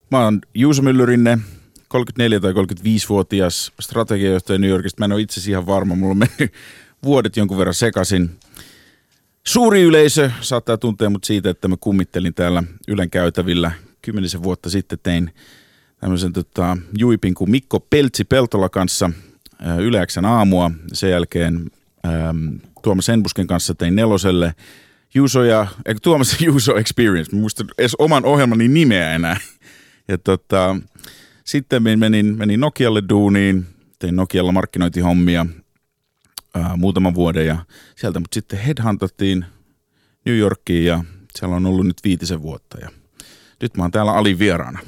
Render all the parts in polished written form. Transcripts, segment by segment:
Mä oon Juuso Myllyrinne, 34- tai 35-vuotias strategiajohtaja New Yorkista. Mä en ole itse asiassa ihan varma, mulla on mennyt vuodet jonkun verran sekaisin. Suuri yleisö saattaa tuntea mut siitä, että mä kummittelin täällä Ylen käytävillä 10 vuotta sitten. Tein tämmöisen juipin kuin Mikko Peltsi-Peltola kanssa Yle X:n aamua. Sen jälkeen Tuomas Enbusken kanssa tein 4:lle Tuomas Juuso Experience. Mä muistan edes oman ohjelmani nimeä enää. Ja sitten menin Nokialle duuniin, tein Nokialla markkinointihommia muutaman vuoden ja sieltä mut sitten headhuntattiin New Yorkiin ja siellä on ollut nyt 5 vuotta ja nyt mä oon täällä Ali vieraana.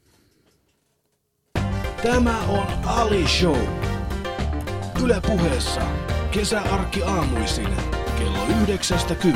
Tämä on Ali Show. Yle Puheessa kesäarkki aamuisin kello 9-10.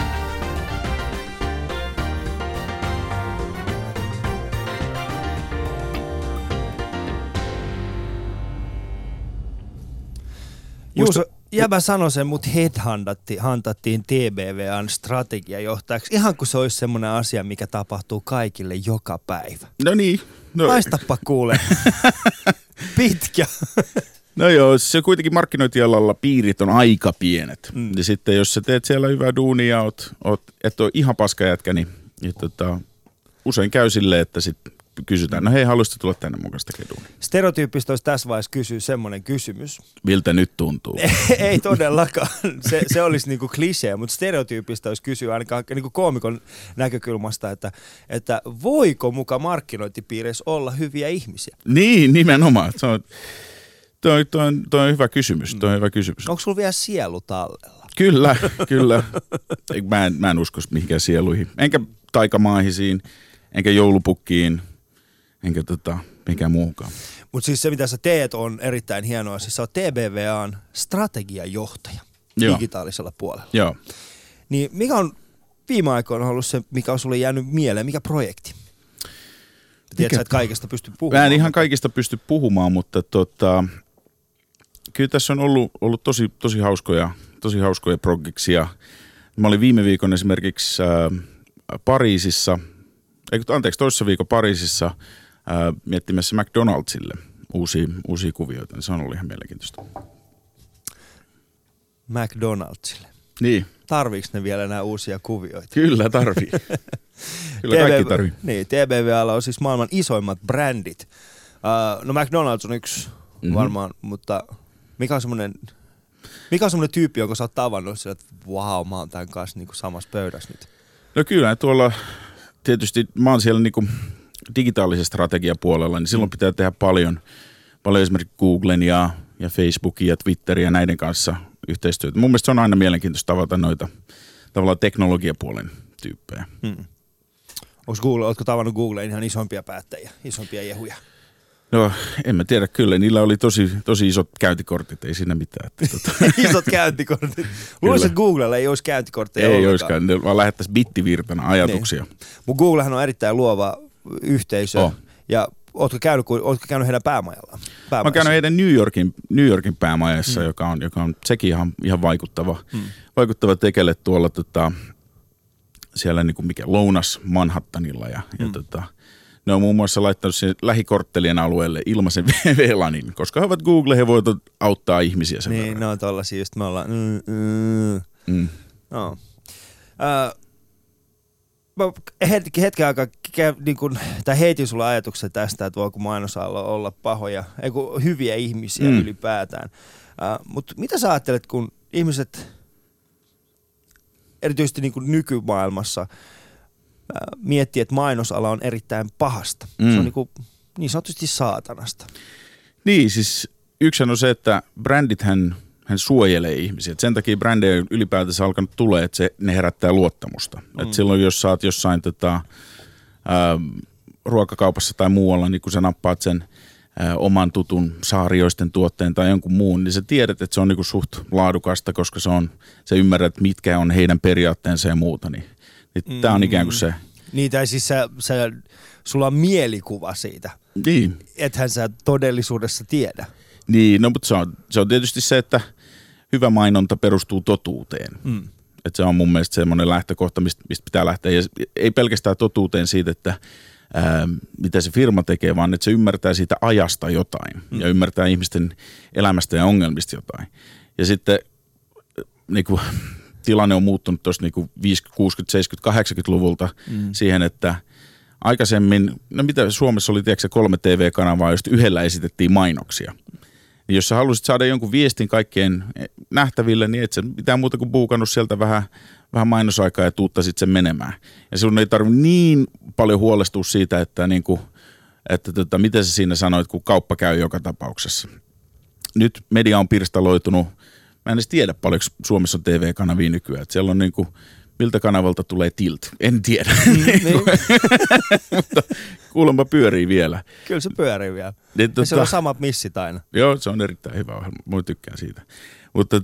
Juuso, jäbä sanoi sen, mut headhuntattiin TBVAn strategiajohtajaksi. Ihan kuin se olisi semmoinen asia, mikä tapahtuu kaikille joka päivä. No niin. No. Haistapa kuule. Pitkä. No joo, se kuitenkin markkinointialalla piirit on aika pienet. Ja sitten jos sä teet siellä hyvää duunia ja et ole ihan paskajätkä, niin usein käy silleen, että sitten kysytään, no hei, haluaisitko tulla tänne mukaan tekemään duunia? Stereotyyppistä olisi tässä vaiheessa kysyä semmoinen kysymys. Miltä nyt tuntuu? Ei todellakaan. Se olisi niinku klisee, mutta stereotyyppistä olisi kysyä ainakaan niinku koomikon näkökulmasta, että voiko muka markkinointipiireissä olla hyviä ihmisiä? Niin, nimenomaan. Toi on hyvä kysymys. Onko sulla vielä sielu tallella? Kyllä. Mä en usko mihinkään sieluihin. Enkä taikamaahisiin, enkä joulupukkiin, enkä mihinkään muuhunkaan. Mutta siis se, mitä sä teet, on erittäin hienoa. Siis sä oot TBVAn strategiajohtaja digitaalisella puolella. Joo. Niin mikä on viime aikoina ollut se, mikä on sulle jäänyt mieleen? Mikä projekti? Tiedätkö, että kaikesta pysty puhumaan? Mä en ihan kaikista pysty puhumaan, mutta kyllä tässä on ollut tosi hauskoja projekteja. Mä olin viime viikon esimerkiksi Pariisissa, toissa viikon Pariisissa miettimässä McDonaldsille uusia kuvioita. Se on ollut ihan mielenkiintoista. McDonaldsille? Niin. Tarviiko ne vielä nämä uusia kuvioita? Kyllä tarvii. Kyllä kaikki tarvii. Niin, TBVAlla on siis maailman isoimmat brändit. No McDonald's on yksi varmaan, mutta mikä on semmoinen tyyppi, jonka sä oot tavannut sillä, että vau, mä oon tämän kanssa niin kuin samassa pöydässä nyt? No kyllä, tuolla tietysti mä oon siellä niin kuin digitaalisen strategiapuolella, niin silloin pitää tehdä paljon esimerkiksi Googlen ja Facebookin ja Twitterin ja näiden kanssa yhteistyötä. Mun mielestä se on aina mielenkiintoista tavata noita tavallaan teknologiapuolen tyyppejä. Ootko tavannut Googleen ihan isompia päättäjiä, isompia jehuja? No, en mä tiedä, kyllä. Niillä oli tosi isot käyntikortit, ei siinä mitään. Isot käyntikortit. Luulisin, että Googlella ei olisi käyntikortteja ollenkaan. Ei olisikaan, ne vaan lähettäisiin bittivirtana ajatuksia. Niin. Mutta Googlehan on erittäin luova yhteisö. Ja ootko käynyt heidän päämajallaan? Mä oon käynyt heidän New Yorkin päämajassa, joka on sekin ihan vaikuttava tekele tuolla siellä niin kuin mikä Lounas Manhattanilla ja ne on muun muassa laittanut sen lähikorttelien alueelle ilmaisen VLANin, koska he ovat Google, he voivat auttaa ihmisiä sen verran. Niin, ne on tollasia, just me ollaan No. Hetken aikaa niin heitin sulle ajatuksen tästä, että voiko mainosalla olla pahoja, hyviä ihmisiä ylipäätään. Mutta mitä sä ajattelet, kun ihmiset, erityisesti niin kuin nykymaailmassa, miettii, että mainosala on erittäin pahasta. Se on niin sanotusti saatanasta. Niin, siis yksi on se, että brändithän suojelee ihmisiä. Et sen takia brändejä on ylipäätänsä alkanut tulee, että ne herättää luottamusta. Et silloin, jos sä oot jossain ruokakaupassa tai muualla, niin kun sä nappaat sen oman tutun saarioisten tuotteen tai jonkun muun, niin sä tiedät, että se on niinku suht laadukasta, koska sä ymmärrät, mitkä on heidän periaatteensa ja muuta. Niin tää on ikään kuin se. Niin, tai siis sulla on mielikuva siitä. Niin. Ethän sä todellisuudessa tiedä. Niin, no mutta se on tietysti se, että hyvä mainonta perustuu totuuteen. Että se on mun mielestä semmoinen lähtökohta, mistä pitää lähteä. Ja ei pelkästään totuuteen siitä, että mitä se firma tekee, vaan että se ymmärtää siitä ajasta jotain ja ymmärtää ihmisten elämästä ja ongelmista jotain. Ja sitten niin kuin, tilanne on muuttunut tuossa niin 50, 60, 70, 80-luvulta siihen, että aikaisemmin, no mitä Suomessa oli, tiedätkö 3 TV-kanavaa, josta yhdellä esitettiin mainoksia. Ja jos sä haluaisit saada jonkun viestin kaikkien nähtäville, niin et sä mitään muuta kuin buukannut sieltä vähän mainosaikaa ja tuuttasit sen menemään. Ja sinun ei tarvitse niin paljon huolestua siitä, että miten sä siinä sanoit, kun kauppa käy joka tapauksessa. Nyt media on pirstaloitunut. Mä en edes tiedä paljonko Suomessa on TV-kanavia nykyään. Että siellä on niin kuin, miltä kanavalta tulee Tilt. En tiedä. Mutta kuulemma pyörii vielä. Kyllä se pyörii vielä. Ja se on samat missit aina. Joo, se on erittäin hyvä ohjelma. Mä tykkään siitä. Mutta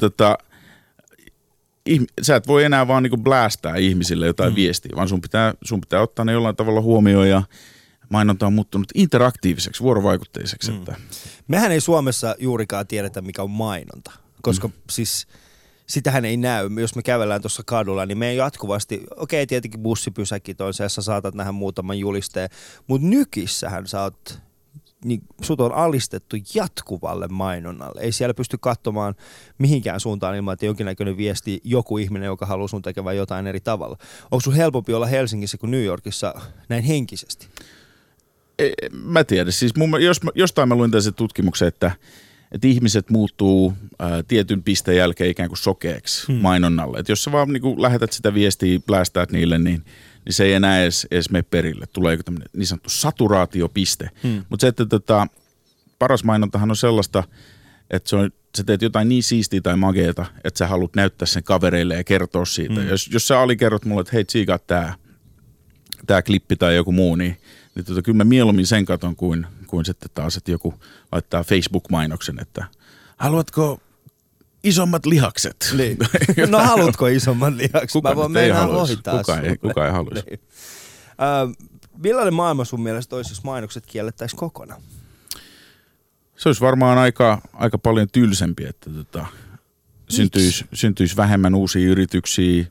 sä et voi enää vaan niinku blästää ihmisille jotain viestiä, vaan sun pitää ottaa ne jollain tavalla huomioon ja mainonta on muuttunut interaktiiviseksi, vuorovaikutteiseksi. Mehän ei Suomessa juurikaan tiedetä, mikä on mainonta, koska siis sitähän ei näy. Jos me kävellään tuossa kadulla, niin me ei jatkuvasti, tietenkin bussipysäkit on se, sä saatat nähdä muutaman julisteen, mutta nykissähän sut on alistettu jatkuvalle mainonnalle. Ei siellä pysty katsomaan mihinkään suuntaan ilman, että jonkinnäköinen viesti joku ihminen, joka haluaa sun tekevän jotain eri tavalla. Onko sun helpompi olla Helsingissä kuin New Yorkissa näin henkisesti? Mä tiedän. Siis jostain mä luin tässä tutkimuksen, että ihmiset muuttuu tietyn pisteen jälkeen ikään kuin sokeeksi mainonnalle. Et jos sä vaan niin lähetät sitä viestiä, plästäät niille, niin se ei enää edes mene perille. Tulee joku tämmöinen niin sanottu saturaatiopiste. Mutta se, että paras mainontahan on sellaista, että sä teet jotain niin siistiä tai mageeta, että sä haluat näyttää sen kavereille ja kertoa siitä. Jos sä alikerrot mulle, että hei, tsiikaa tää klippi tai joku muu, niin kyllä mä mieluummin sen katon kuin sitten taas, että joku laittaa Facebook-mainoksen, että haluatko isommat lihakset? Niin. No haluatko isommat lihakset? Mä voin mennä ohittaa kuka ei haluaisi. Niin. Millainen maailma sun mielestä olisi, jos mainokset kiellettäisiin kokonaan? Se olisi varmaan aika paljon tylsempi, että syntyisi vähemmän uusia yrityksiä,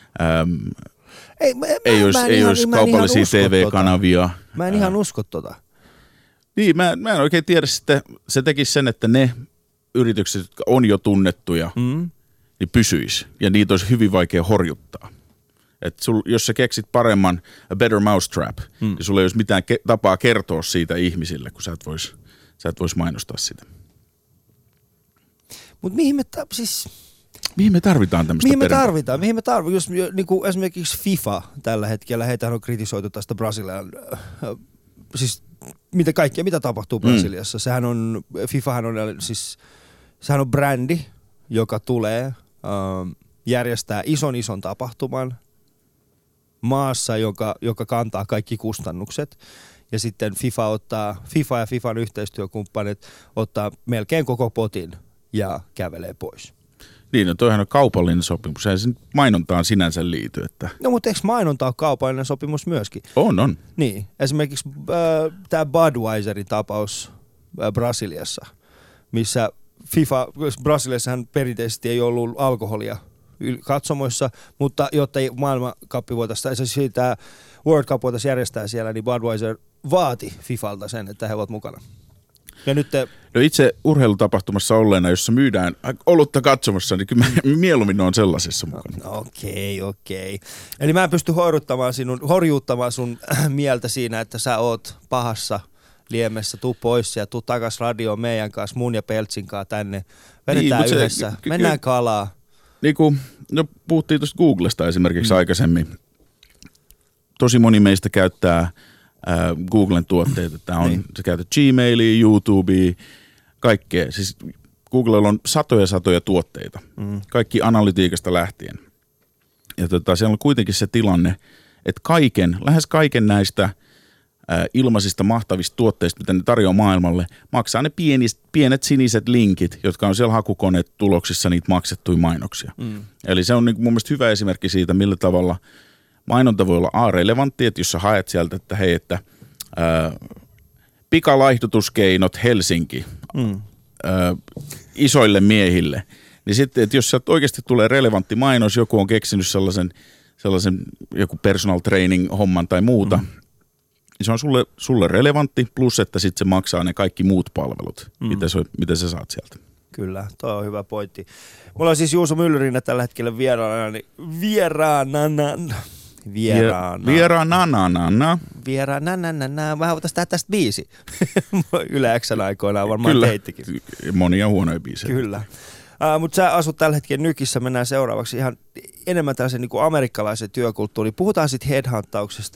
ei olisi kaupallisia TV-kanavia. Mä en ihan usko tota. Niin, mä en oikein tiedä sitten, se tekisi sen, että ne yritykset, jotka on jo tunnettuja, niin pysyisi. Ja niitä olisi hyvin vaikea horjuttaa. Jos sä keksit paremman a better mousetrap, niin sulla ei olisi mitään tapaa kertoa siitä ihmisille, kun sä et vois mainostaa sitä. Mutta mihin me tarvitaan tämmöistä perinnettä? Mihin me tarvitaan? Jos niin esimerkiksi FIFA tällä hetkellä, heitähän on kritisoitu tästä Brasilian, siis mitä tapahtuu Brasiliassa. Sehän on brändi, joka tulee järjestää ison tapahtuman maassa, joka kantaa kaikki kustannukset. Ja sitten FIFA ja FIFAn yhteistyökumppanit ottaa melkein koko potin ja kävelee pois. Niin, no toihan on kaupallinen sopimus. Ei se mainontaan sinänsä liity. Että... No, mutta eikö mainonta ole kaupallinen sopimus myöskin? On. Niin, esimerkiksi tämä Budweiserin tapaus Brasiliassa, missä Brasiliassahan perinteisesti ei ollut alkoholia katsomoissa, mutta jotta maailmankappi voitaisiin, siis tämä World Cup voitaisiin järjestää siellä, niin Budweiser vaati FIFalta sen, että he ovat mukana. Ja nyt No itse urheilutapahtumassa olleena, jossa myydään olutta katsomassa, niin kyllä mieluummin on sellaisessa mukana. Okei. Eli mä en pysty horjuuttamaan sun mieltä siinä, että sä oot pahassa liemessä, tuu pois ja tuu takas radioon meidän kanssa, mun ja Peltsin kanssa tänne. Vedetään yhdessä, mennään kalaa. Niin kuin, puhuttiin tuosta Googlesta esimerkiksi aikaisemmin. Tosi moni meistä käyttää Googlen tuotteita. Sä käytät Gmailia, YouTubea, kaikkea. Siis Googlella on satoja tuotteita. Kaikki analytiikasta lähtien. Ja siellä on kuitenkin se tilanne, että lähes kaiken näistä ilmaisista mahtavista tuotteista, mitä ne tarjoaa maailmalle, maksaa ne pienet siniset linkit, jotka on siellä hakukonetuloksissa niitä maksettuja mainoksia. Eli se on niin mun mielestä hyvä esimerkki siitä, millä tavalla mainonta voi olla relevantti, että jos sä haet sieltä, että hei, että pikalaihdutuskeinot Helsinki isoille miehille, niin sitten, että jos sieltä oikeasti tulee relevantti mainos, joku on keksinyt sellaisen joku personal training homman tai muuta, se on sulle relevantti, plus että sitten se maksaa ne kaikki muut palvelut, mitä sä saat sieltä. Kyllä, toi on hyvä pointti. Mulla on siis Juuso Myllyrinne tällä hetkellä vieraana. Vähän voitaisiin tehdä tästä biisi. Yle X:n aikoinaan varmaan teittikin. Monia huonoja biisejä. Kyllä. Mutta sä asut tällä hetkellä Nykissä, mennään seuraavaksi ihan enemmän tällaisen niin kuin amerikkalaisen työkulttuuriin. Puhutaan sitten headhuntauksesta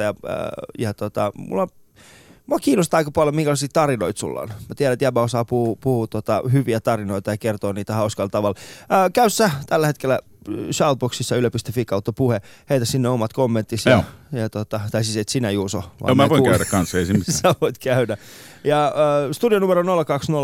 mua kiinnostaa aika paljon, minkälaisia tarinoita sulla on. Mä tiedän, että Jäbä osaa puhua hyviä tarinoita ja kertoa niitä hauskalla tavalla. Käy sä tällä hetkellä Shoutboxissa yle.fi/puhe, heitä sinne omat kommenttisi. Tai siis et sinä Juuso. Joo, mä voin käydä kanssa, ei se mitään. Sä voit käydä. Ja studion numero 02069001.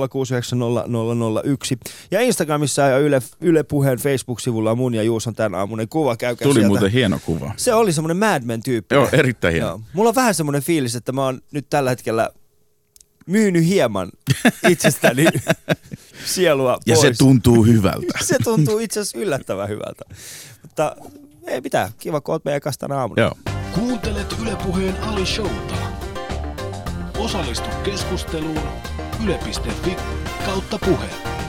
Ja Instagramissa ja Yle Puheen Facebook-sivulla on mun ja Juuson tän aamunen kuva. Käykää Tuli sieltä. muuten hieno kuva. Se oli semmoinen Mad Men-tyyppi. Joo, erittäin hieno. Joo. Mulla on vähän semmoinen fiilis, että mä oon nyt tällä hetkellä myynyt hieman itsestäni sielua pois. Ja se tuntuu hyvältä. Se tuntuu itse asiassa yllättävän hyvältä. Mutta ei mitään. Kiva, kun oot meidän kanssa tänä aamuna. Joo. Kuuntelet Yle Puheen Ali Showta. Osallistu keskusteluun yle.fi/puhe.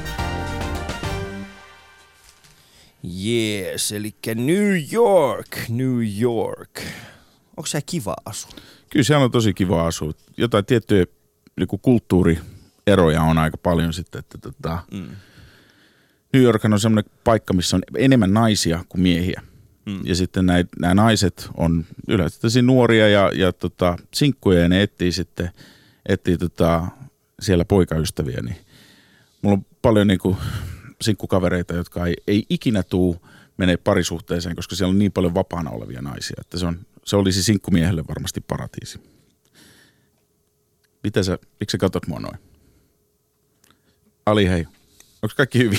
Jees, eli New York. Onko se kiva asu? Kyllä se on tosi kiva asua. Jotain tiettyjä niin kulttuurieroja on aika paljon sitten. Että New York on semmoinen paikka, missä on enemmän naisia kuin miehiä. Ja sitten nämä naiset on yleensä nuoria ja sinkkuja ja ne etsii siellä poikaystäviä. Niin mulla on paljon niinku sinkkukavereita, jotka ei ikinä mene parisuhteeseen, koska siellä on niin paljon vapaana olevia naisia. Että se olisi sinkkumiehelle varmasti paratiisi. Miksi sä katot mua noin? Ali, hei. Onko kaikki hyvin?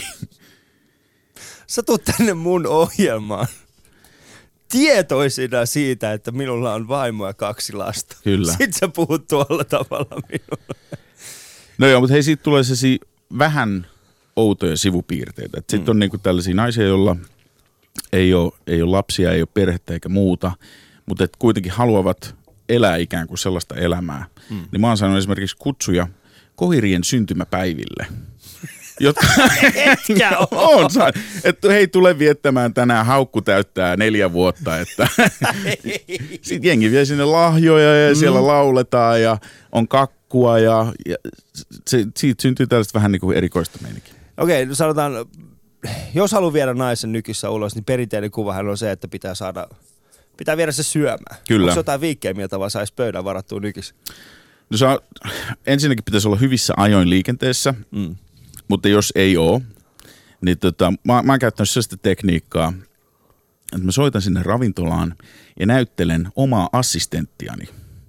Sä tuut tänne mun ohjelmaan tietoisina siitä, että minulla on vaimo ja 2 lasta. Kyllä. Sitten sä puhut tuolla tavalla minulle. No joo, mutta hei, siitä tulee se vähän outoja sivupiirteitä. Sitten on niinku tällaisia naisia, joilla ei ole lapsia, ei ole perhettä eikä muuta, mutta et kuitenkin haluavat elää ikään kuin sellaista elämää. Niin mä oon saanut esimerkiksi kutsuja koirien syntymäpäiville. Jotka on saanut, että hei, tule viettämään tänään, haukku täyttää 4 vuotta. Että sitten jengi vie sinne lahjoja ja siellä lauletaan ja on kakkua ja siitä syntyy tällaista vähän niin kuin erikoista meininkiä. Okei, no sanotaan, jos haluaa viedä naisen Nykissä ulos, niin perinteinen kuvahan on se, että pitää viedä se syömään. Kyllä. Onko jotain viikkeen, miltä vaan saisi pöydän varattua Nykissä? No ensinnäkin pitäisi olla hyvissä ajoin liikenteessä, mutta jos ei ole, niin mä oon käyttänyt sellaista tekniikkaa, että mä soitan sinne ravintolaan ja näyttelen omaa assistenttiani.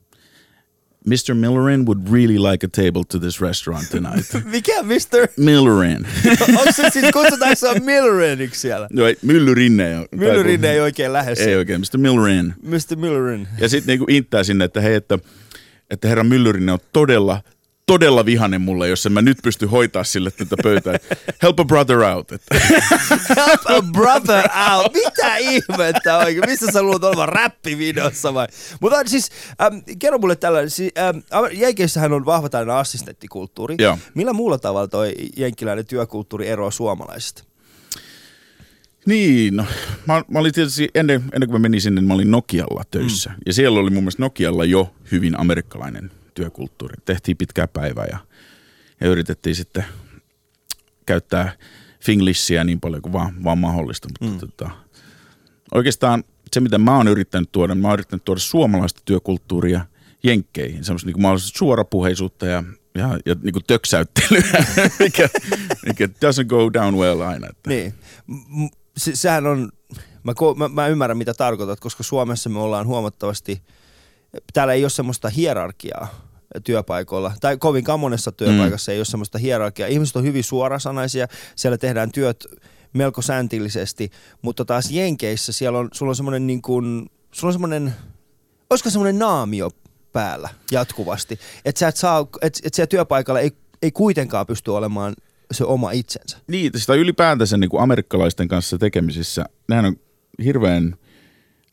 Mr. Millerin would really like a table to this restaurant tonight. Mikä Mr.? Millerin. Onko se siis, kutsutaanko se Milleriniksi siellä? No ei, Myllyrinne. Myllyrinne ei oikein lähde. Ei oikein, Mr. Millerin. Mr. Millerin. Ja sitten niinku inttää sinne, että hei, että herra Myllyrinne on todella vihainen mulle, jos en mä nyt pysty hoitaa sille tätä pöytää. Help a brother out. Help a brother out? Mitä ihmettä oikein? Missä sä luulet olevan räppivideossa vai? Mutta siis, kerro mulle tällainen. Jenkeissähän on vahva tällainen assistenttikulttuuri. Joo. Millä muulla tavalla toi jenkkiläinen työkulttuuri eroaa suomalaisesta? Niin, no, mä olin tietysti, ennen kuin mä menin sinne, niin mä olin Nokialla töissä. Ja siellä oli mun mielestä Nokialla jo hyvin amerikkalainen työkulttuuri. Tehtiin pitkää päivää ja yritettiin sitten käyttää finglishia niin paljon kuin vaan mahdollista. Mutta oikeastaan se, mitä mä oon yrittänyt tuoda suomalaista työkulttuuria jenkkeihin. Semmoista niin mahdollista suorapuheisuutta ja niin kuin töksäyttelyä, mikä doesn't go down well aina. Että. Niin. Sehän on, mä ymmärrän mitä tarkoitat, koska Suomessa me ollaan huomattavasti, täällä ei ole semmoista hierarkiaa työpaikoilla, tai kovinkaan monessa työpaikassa ei ole semmoista hierarkiaa. Ihmiset on hyvin suorasanaisia, siellä tehdään työt melko sääntillisesti, mutta taas Jenkeissä sulla on semmoinen niin kuin, olisiko semmoinen naamio päällä jatkuvasti, että sä et saa, että siellä työpaikalla ei kuitenkaan pysty olemaan se oma itsensä. Niin, sitä ylipäätänsä niin kuin amerikkalaisten kanssa tekemisissä, nehän on hirveän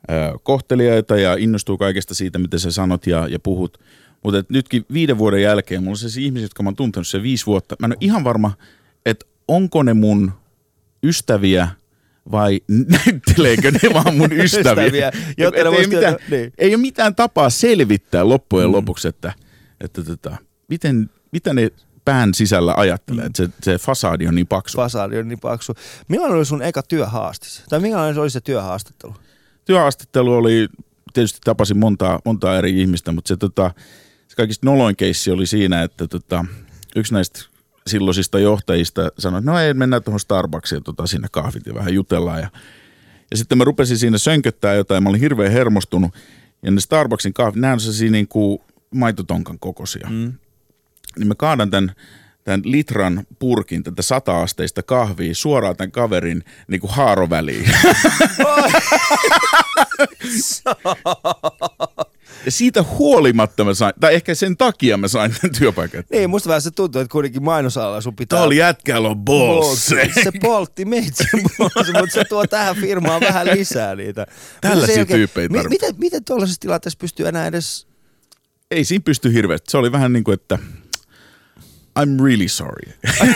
kohteliaita ja innostuu kaikesta siitä, mitä sä sanot ja puhut. Mutta nytkin 5 vuoden jälkeen, mulla on sellaisia ihmisiä, jotka mä oon tuntenut sen 5 vuotta. Mä en ole ihan varma, että onko ne mun ystäviä vai näytteleekö ne vaan mun ystäviä. Ei ole mitään tapaa selvittää loppujen lopuksi, että mitä ne pään sisällä ajattelee, että se fasadi on niin paksu. Millainen oli sun eka työhaastis? Tai millainen oli se työhaastattelu? Työhaastattelu oli, tietysti tapasin montaa eri ihmistä, mutta se kaikista noloin keissi oli siinä, että yksi näistä silloisista johtajista sanoi, että no ei, mennään tuohon Starbucksiin, sinne kahvit ja vähän jutellaan. Ja sitten mä rupesin siinä sönköttää jotain, ja mä olin hirveän hermostunut. Ja ne Starbucksin kahvit, nämä on sellaisia niin kuin maitotonkan kokoisia. Niin mä kaadan tämän litran purkin, tätä 100-asteista kahvia suoraan tämän kaverin niin kuin haaroväliin. Ja siitä huolimatta mä sain, tai ehkä sen takia mä sain tämän työpaikan. Niin, musta vähän se tuntuu, että kuitenkin mainosalalla sun pitää... Tää oli jätkällä on balls. Se poltti meitsi balls, mutta se tuo tähän firmaan vähän lisää niitä. Tällaisia tyyppejä tarvitaan. Miten tuollaisessa tilanteessa pystyy enää edes... Ei siinä pysty hirveästi. Se oli vähän niin kuin, että I'm really sorry.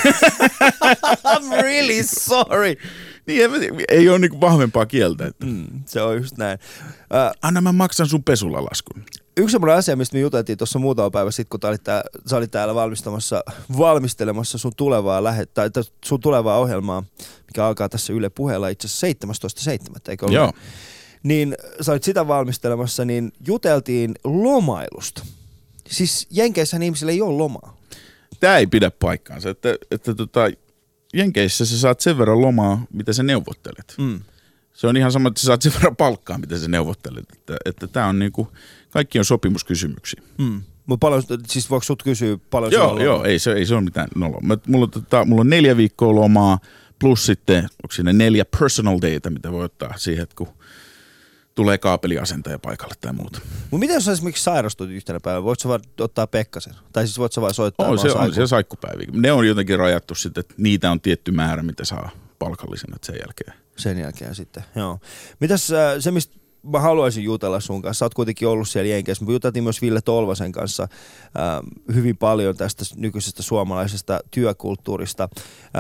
I'm really sorry. Niin, ei ole niinku vahvempaa kieltä. Että. Se on just näin. Anna mä maksan sun pesulalaskun. Yksi semmoinen asia, mistä me juteltiin tuossa muutama päivä sitten, kun sä olit täällä valmistelemassa sun tulevaa ohjelmaa, mikä alkaa tässä Yle Puheella itse asiassa 17.7. eikö ole? Joo. Niin sä olit sitä valmistelemassa, niin juteltiin lomailusta. Siis Jenkeissähän ihmisillä ei ole lomaa. Tää ei pidä paikkaansa, että Jenkeissä sä saat sen verran lomaa, mitä sä neuvottelet. Se on ihan sama, että sä saat sen verran palkkaa, mitä sä neuvottelet. Että tää on niinku, kaikki on sopimuskysymyksiä. Mutta paljon, siis voiko sut kysyä paljon Joo, ei se ole mitään noloa. Mulla on 4 viikkoa lomaa, plus sitten, onko siinä 4 personal dayta, mitä voi ottaa siihen, että kun tulee kaapeliasentaja paikalle tai muuta. Mutta miten jos esimerkiksi sairastut yhtenä päivänä, voitko sä vaan ottaa Pekkasen? Tai siis voitko sä vaan soittaa? On se saikkupäiviä. Ne on jotenkin rajattu sitten, että niitä on tietty määrä, mitä saa palkallisena sen jälkeen sitten, joo. Mitäs se, mistä mä haluaisin jutella sun kanssa, sä oot kuitenkin ollut siellä Jenkeissä. Me juteltiin myös Ville Tolvasen kanssa hyvin paljon tästä nykyisestä suomalaisesta työkulttuurista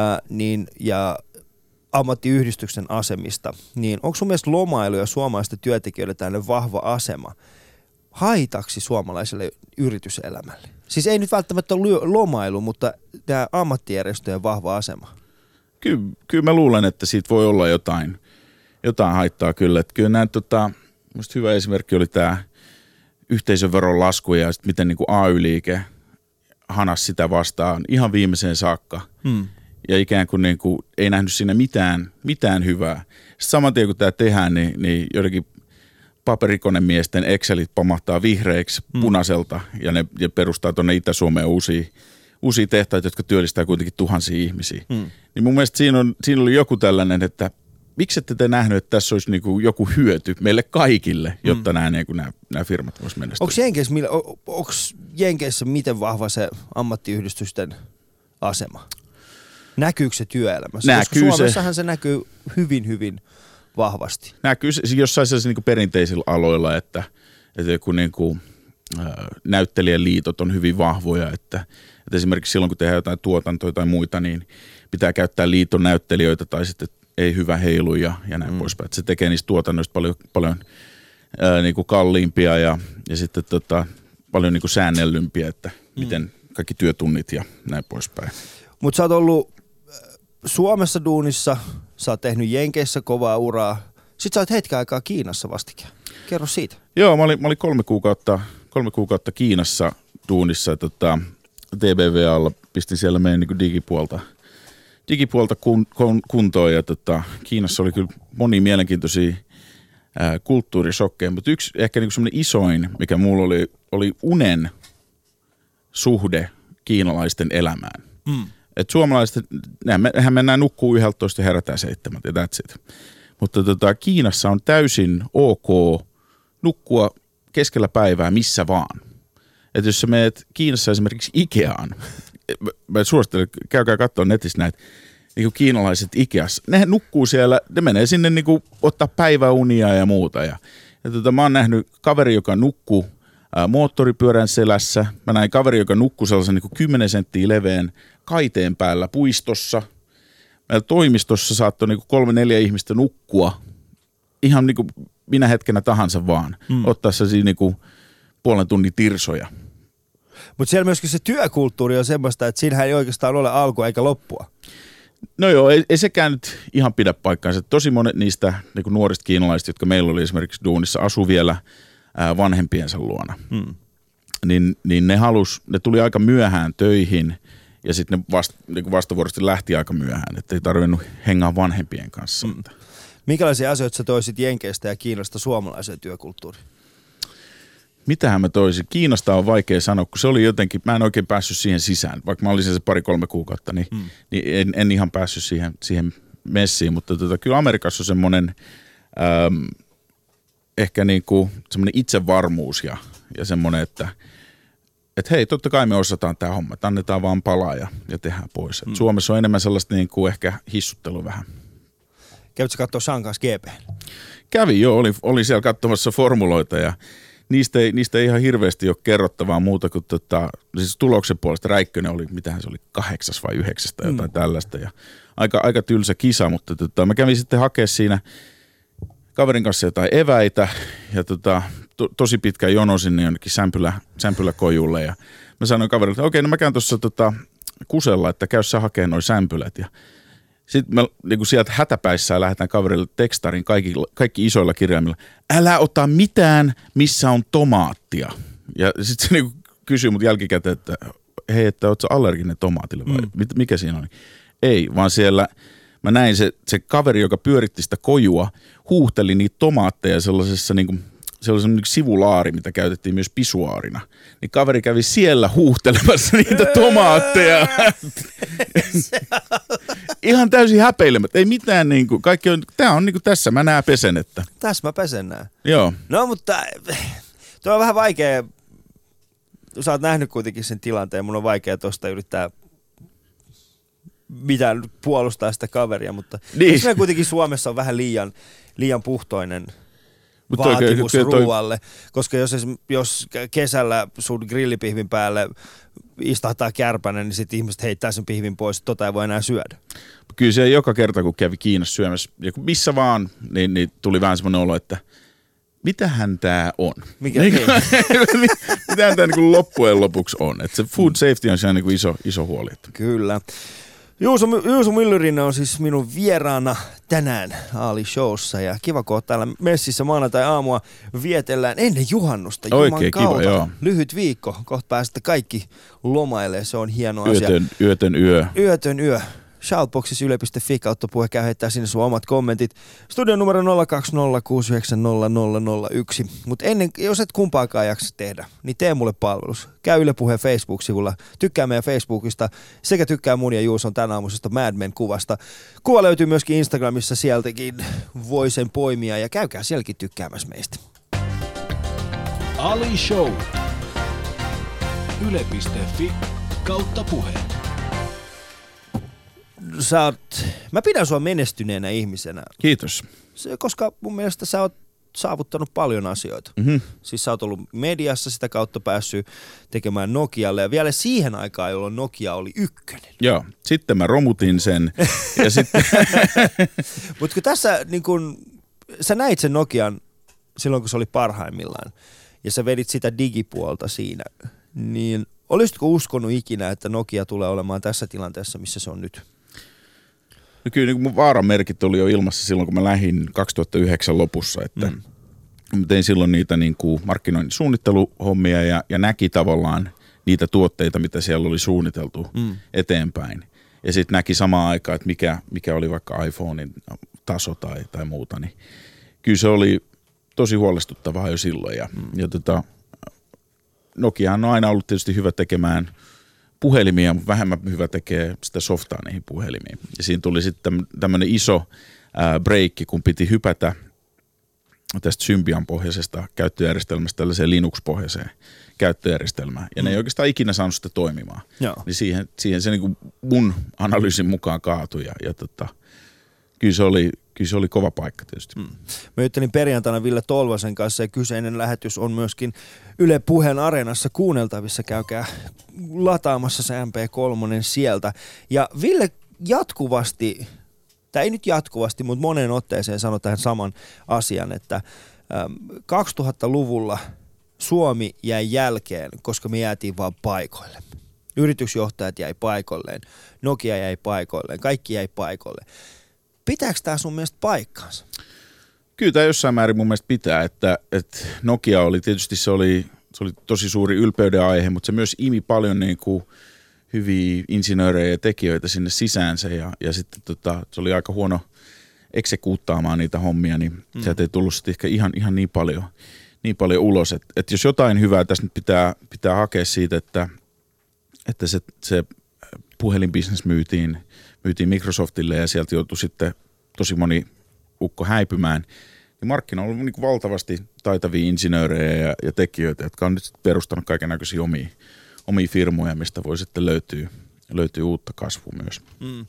ja ammattiyhdistyksen asemista, niin onko sun mielestä lomailu ja suomalaisten työntekijöille tällainen vahva asema haitaksi suomalaiselle yrityselämälle? Siis ei nyt välttämättä ole lomailu, mutta tämä ammattijärjestöjen vahva asema. Kyllä mä luulen, että siitä voi olla jotain haittaa kyllä. Että kyllä näin, musta hyvä esimerkki oli tämä yhteisöveron lasku ja sitten miten niin kuin AY-liike hanasi sitä vastaan ihan viimeiseen saakka. Ja ikään kuin, ei nähnyt siinä mitään hyvää. Sitten saman tien kun tämä tehdään, niin joidenkin paperikonemiesten Excelit pamahtaa vihreiksi punaiselta ja ne perustaa tuonne Itä-Suomeen uusia tehtaita, jotka työllistää kuitenkin tuhansia ihmisiä. Niin mun mielestä siinä oli joku tällainen, että miksi ette te nähnyt, että tässä olisi joku hyöty meille kaikille, jotta nämä firmat voisivat menestyä? Onko Jenkeissä miten vahva se ammattiyhdistysten asema? Näkyykö se työelämässä? Koska Suomessahan se näkyy hyvin, hyvin vahvasti. Näkyy se jossain sellaisilla perinteisillä aloilla, että joku näyttelijän liitot on hyvin vahvoja, että esimerkiksi silloin, kun tehdään jotain tuotantoja tai muita, niin pitää käyttää liiton näyttelijöitä tai sitten ei hyvä heilu ja näin poispäin. Että se tekee niistä tuotannoista paljon kalliimpia ja sitten paljon säännellympiä, että miten kaikki työtunnit ja näin poispäin. Mutta sä oot ollut Suomessa duunissa, sä oot tehnyt Jenkeissä kovaa uraa. Sitten sä oot hetken aikaa Kiinassa vastikään. Kerro siitä. Joo, mä olin 3 kuukautta Kiinassa duunissa. TBVAlla pistin siellä meidän digipuolta kuntoon. Ja Kiinassa oli kyllä monia mielenkiintoisia kulttuurisokkeja, mutta yksi ehkä semmoinen isoin, mikä mulla oli unen suhde kiinalaisten elämään. Että suomalaiset, mehän mennään nukkuu 11 ja herätään 7 ja that's it. Mutta Kiinassa on täysin ok nukkua keskellä päivää missä vaan. Että jos sä menet Kiinassa esimerkiksi Ikeaan, mä suosittelen, käykää katsoa netissä näitä, niin kiinalaiset Ikeassa. Ne nukkuu siellä, ne menee sinne niin kuin ottaa päiväunia ja muuta. Ja mä oon nähnyt kaveri, joka nukkuu moottoripyörän selässä. Mä näin kaveri, joka nukkuu sellaisen niin kuin 10 senttiä leveän kaiteen päällä puistossa. Meillä toimistossa saattoi niin kuin 3-4 ihmistä nukkua ihan niin kuin minä hetkenä tahansa vaan. Ottaa sellaisia niin kuin puolen tunnin tirsoja. Mutta siellä myöskin se työkulttuuri on semmoista, että siinähän ei oikeastaan ole alkua eikä loppua. No joo, ei sekään nyt ihan pidä paikkaansa. Tosi monet niistä niin kuin nuorista kiinalaisista, jotka meillä oli esimerkiksi duunissa, asu vielä vanhempiensa luona. Niin ne tuli aika myöhään töihin ja sitten ne niin vastavuoroisesti lähti aika myöhään, että ei tarvinnut hengaa vanhempien kanssa. Minkälaisia asioita sä toisit Jenkeistä ja Kiinasta suomalaiseen työkulttuuriin? Mitähän mä toisin? Kiinasta on vaikea sanoa, kun se oli jotenkin, mä en oikein päässyt siihen sisään. Vaikka mä olin se 2-3 kuukautta, niin en ihan päässyt siihen messiin. Mutta kyllä Amerikassa on semmoinen ehkä niinku semmoinen itsevarmuus ja semmoinen, että hei, totta kai me osataan tämä homma, että annetaan vaan palaa ja tehdään pois. Suomessa on enemmän sellaista niinku ehkä hissuttelu vähän. Kävitkö katsoa Shanghais GP? Kävin joo, oli siellä katsomassa formuloita ja niistä ei ihan hirveästi ole kerrottavaa muuta kuin siis tuloksen puolesta Räikkönen oli, mitähän se oli, 8 vai 9 jotain tällaista ja aika tylsä kisa, mutta mä kävin sitten hakemaan siinä kaverin kanssa jotain eväitä ja tosi pitkä jono sinne jonnekin sämpyläkojulle ja mä sanoin kaverille, että okei, no mä käyn tuossa kusella, että käy sä hakemaan noi sämpylät ja sitten me niin sieltä hätäpäissään lähdetään kaverille tekstarin kaikki isoilla kirjaimilla. Älä ota mitään, missä on tomaattia. Ja sitten se niin kysyy mut jälkikäteen, että hei, että ootko sä allerginen tomaatille vai mikä siinä on? Ei, vaan siellä mä näin se kaveri, joka pyöritti sitä kojua, huuhteli niitä tomaatteja sellaisessa niin kuin, se oli semmoinen sivulaari, mitä käytettiin myös pisuaarina. Niin kaveri kävi siellä huuhtelemassa niitä tomaatteja. Ihan täysin häpeilemättä. Ei mitään niinku, kaikki on, tää on niinku tässä, mä nää pesen, että. Tässä mä pesen nää. Joo. No mutta, tuo on vähän vaikea, sä oot nähnyt kuitenkin sen tilanteen, mun on vaikea tosta yrittää mitään puolustaa sitä kaveria, mutta niin. Eikö kuitenkin Suomessa on vähän liian puhtoinen vaatimus ruoalle, koska jos kesällä sun grillipihvin päälle istahtaa kärpänen, niin sitten ihmiset heittää sen pihvin pois, että ei voi enää syödä. Kyllä se joka kerta, kun kävi Kiinassa syömässä, ja missä vaan, niin tuli vähän semmoinen olo, että mitähän tää on? Mitähän tää niin loppujen lopuksi on? Että se food safety on siellä niin iso huoli. Kyllä. Juuso Myllyrinen on siis minun vieraana tänään Ali Showssa ja kiva, kun täällä messissä maanantai-aamua vietellään ennen juhannusta. Oikein kiva, joo. Lyhyt viikko, kohta pääsette kaikki lomailemaan, se on hieno asia. Yötön yö. Shoutboxissa yle.fi kautta puhe, käy heittää sinne sun omat kommentit. Studion numero 020690001. Mutta ennen, jos et kumpaakaan jaksa tehdä, niin tee mulle palvelus. Käy Yle Puheen Facebook-sivulla, tykkää meidän Facebookista sekä tykkää mun ja Juuson tän aamuisesta Mad Men-kuvasta. Kuva löytyy myöskin Instagramissa, sieltäkin voi sen poimia ja käykää sielläkin tykkäämässä meistä. Ali Show. Yle.fi kautta puhe. Mä pidän sua menestyneenä ihmisenä. Kiitos. Koska mun mielestä sä oot saavuttanut paljon asioita. Mm-hmm. Siis sä oot ollut mediassa, sitä kautta päässyt tekemään Nokialle ja vielä siihen aikaan, jolloin Nokia oli ykkönen. Joo, sitten mä romutin sen. Ja sitten Mutta kun tässä niin kun, sä näit sen Nokian silloin, kun se oli parhaimmillaan ja sä vedit sitä digipuolta siinä, niin olisitko uskonut ikinä, että Nokia tulee olemaan tässä tilanteessa, missä se on nyt? No kyllä niin mun vaaramerkit oli jo ilmassa silloin, kun mä lähdin 2009 lopussa, että mä tein silloin niitä niin kuin markkinoinnin suunnitteluhommia ja näki tavallaan niitä tuotteita, mitä siellä oli suunniteltu eteenpäin. Ja sitten näki samaan aikaan, että mikä oli vaikka iPhonein taso tai muuta, niin kyllä se oli tosi huolestuttavaa jo silloin. Ja Nokiahan on aina ollut tietysti hyvä tekemään puhelimia, mutta vähemmän hyvä tekee sitä softaa niihin puhelimiin. Ja siinä tuli sitten tämmöinen iso breikki, kun piti hypätä tästä Symbian-pohjaisesta käyttöjärjestelmästä tällaiseen Linux-pohjaiseen käyttöjärjestelmään. Ja ne ei oikeastaan ikinä saanut sitä toimimaan. Joo. Niin siihen se niin kuin mun analyysin mukaan kaatui. Kyllä se oli kova paikka tietysti. Mä juttelin perjantaina Ville Tolvasen kanssa ja kyseinen lähetys on myöskin Yle Puheen Areenassa kuunneltavissa. Käykää lataamassa se MP3 sieltä. Ja Ville jatkuvasti, tai ei nyt jatkuvasti, mutta moneen otteeseen sanoi tähän saman asian, että 2000-luvulla Suomi jäi jälkeen, koska me jäätiin vaan paikoille. Yritysjohtajat jäi paikoilleen, Nokia jäi paikoilleen, kaikki jäi paikoille. Pitääkö tämä sun mielestä paikkaansa? Kyllä tämä jossain määrin mun mielestä pitää, että Nokia oli tietysti se oli tosi suuri ylpeyden aihe, mutta se myös imi paljon niin kuin hyviä insinöörejä ja tekijöitä sinne sisäänsä ja sitten se oli aika huono eksekuuttaamaan niitä hommia, niin sieltä ei tullut sitten ehkä ihan niin paljon ulos. Että jos jotain hyvää tässä nyt pitää hakea siitä, että se puhelinbisnes myytiin Microsoftille ja sieltä joutui sitten tosi moni ukko häipymään, niin markkinoilla on niin kuin valtavasti taitavia insinöörejä ja tekijöitä, jotka on nyt perustanut kaikennäköisiä omia firmoja, mistä voi sitten löytyy uutta kasvua myös.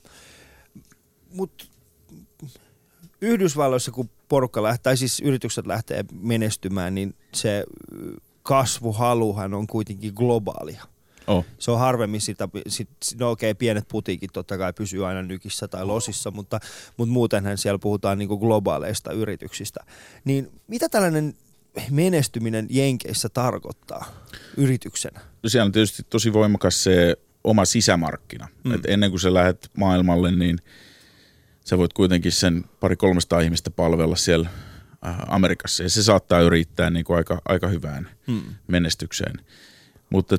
Mutta Yhdysvalloissa, kun porukka lähtee, tai siis yritykset lähtee menestymään, niin se kasvuhaluhan on kuitenkin globaalia. Oh. Se on harvemmin pienet putiikit totta kai pysyy aina Nykissä tai Losissa, mutta muutenhan siellä puhutaan niinku globaaleista yrityksistä. Niin mitä tällainen menestyminen Jenkeissä tarkoittaa yrityksenä? No siellä on tietysti tosi voimakas se oma sisämarkkina. Et ennen kuin sä lähdet maailmalle, niin sä voit kuitenkin sen 200-300 ihmistä palvella siellä Amerikassa. Ja se saattaa yrittää niin kuin aika hyvään menestykseen. Mutta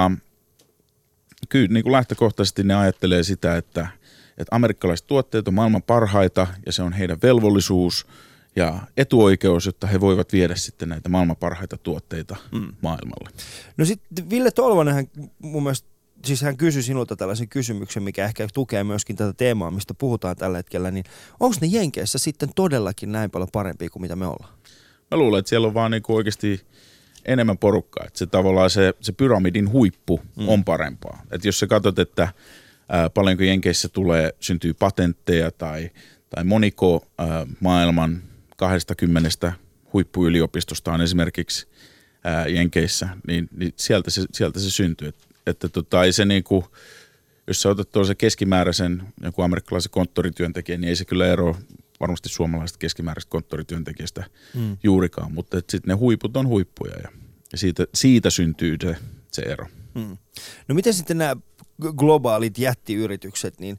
kyllä niin kuin lähtökohtaisesti ne ajattelee sitä, että amerikkalaiset tuotteet on maailman parhaita ja se on heidän velvollisuus ja etuoikeus, jotta he voivat viedä sitten näitä maailman parhaita tuotteita maailmalle. No sitten Ville Tolvanen mun mielestä, siis hän kysyi sinulta tällaisen kysymyksen, mikä ehkä tukee myöskin tätä teemaa, mistä puhutaan tällä hetkellä, niin onko ne Jenkeissä sitten todellakin näin paljon parempia kuin mitä me ollaan? Mä luulen, että siellä on vaan niin kuin oikeasti enemmän porukkaa. Että se tavallaan se pyramidin huippu on parempaa. Että jos sä katsot, että paljonko Jenkeissä syntyy patentteja tai moniko maailman 20 huippuyliopistosta on esimerkiksi Jenkeissä, niin sieltä se syntyy. Että ei se niinku, jos sä otat tuollaisen keskimääräisen joku amerikkalaisen konttorityöntekijän, niin ei se kyllä eroa varmasti suomalaiset keskimääräisestä konttorityöntekijästä juurikaan, mutta sitten ne huiput on huippuja ja siitä syntyy se ero. No miten sitten nämä globaalit jättiyritykset, niin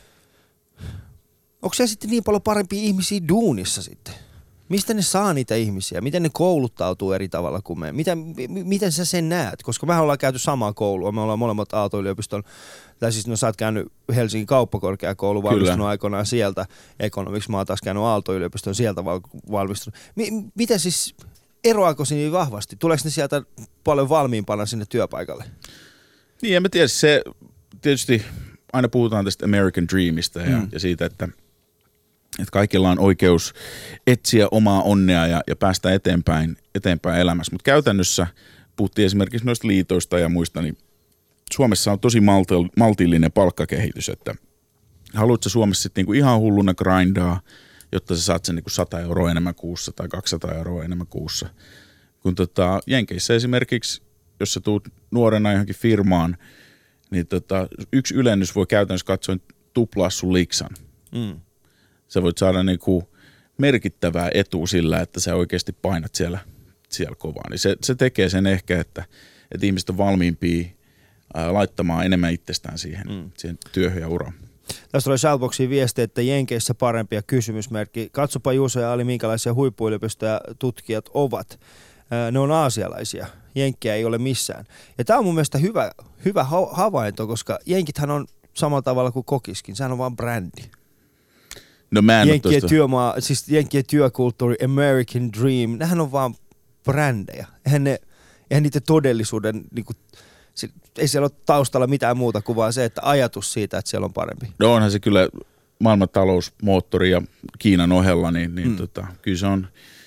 onko siellä sitten niin paljon parempia ihmisiä duunissa sitten? Mistä ne saa niitä ihmisiä? Miten ne kouluttautuu eri tavalla kuin me? Miten sä sen näet? Koska mehän ollaan käyty samaa koulua. Me ollaan molemmat Aalto-yliopiston, tai siis sä oot käynyt Helsingin kauppakorkeakoulun, valmistunut aikoinaan sieltä ekonomiksi. Mä oon taas käynyt Aalto-yliopiston, sieltä valmistunut. Miten siis, eroako se niin vahvasti? Tuleeko ne sieltä paljon valmiimpana sinne työpaikalle? Niin, en mä tiedä. Se tietysti aina puhutaan tästä American Dreamista ja siitä, että kaikilla on oikeus etsiä omaa onnea ja päästä eteenpäin elämässä. Mutta käytännössä puhuttiin esimerkiksi noista liitoista ja muista, niin Suomessa on tosi maltillinen palkkakehitys, että haluatko Suomessa sitten niinku ihan hulluna grindaa, jotta sä saat sen niinku 100 € enemmän kuussa tai 200 € enemmän kuussa. Kun Jenkeissä esimerkiksi, jos sä tuut nuorena johonkin firmaan, niin yksi ylennys voi käytännössä katsoen tuplaa sun liksan. Sä voit saada niinku merkittävää etua sillä, että sä oikeasti painat siellä kovaa. Niin se tekee sen ehkä, että ihmiset on valmiimpia laittamaan enemmän itsestään siihen työhön ja uraan. Tästä tulee Shoutboxiin viesti, että Jenkeissä parempia kysymysmerkki. Katsopa Juuso ja Ali, minkälaisia huippuyliopistoja tutkijat ovat. Ne on aasialaisia. Jenkkiä ei ole missään. Ja tämä on mun mielestä hyvä havainto, koska jenkithän on samalla tavalla kuin kokiskin. Sehän on vaan brändi. No mä en Jenkkien työmaa, siis Jenkkien työkulttuuri, American Dream, nehän on vaan brändejä. Eihän niitä todellisuuden, niinku, ei siellä ole taustalla mitään muuta kuin vaan se, että ajatus siitä, että siellä on parempi. No onhan se kyllä maailman talousmoottori ja Kiinan ohella, niin kyllä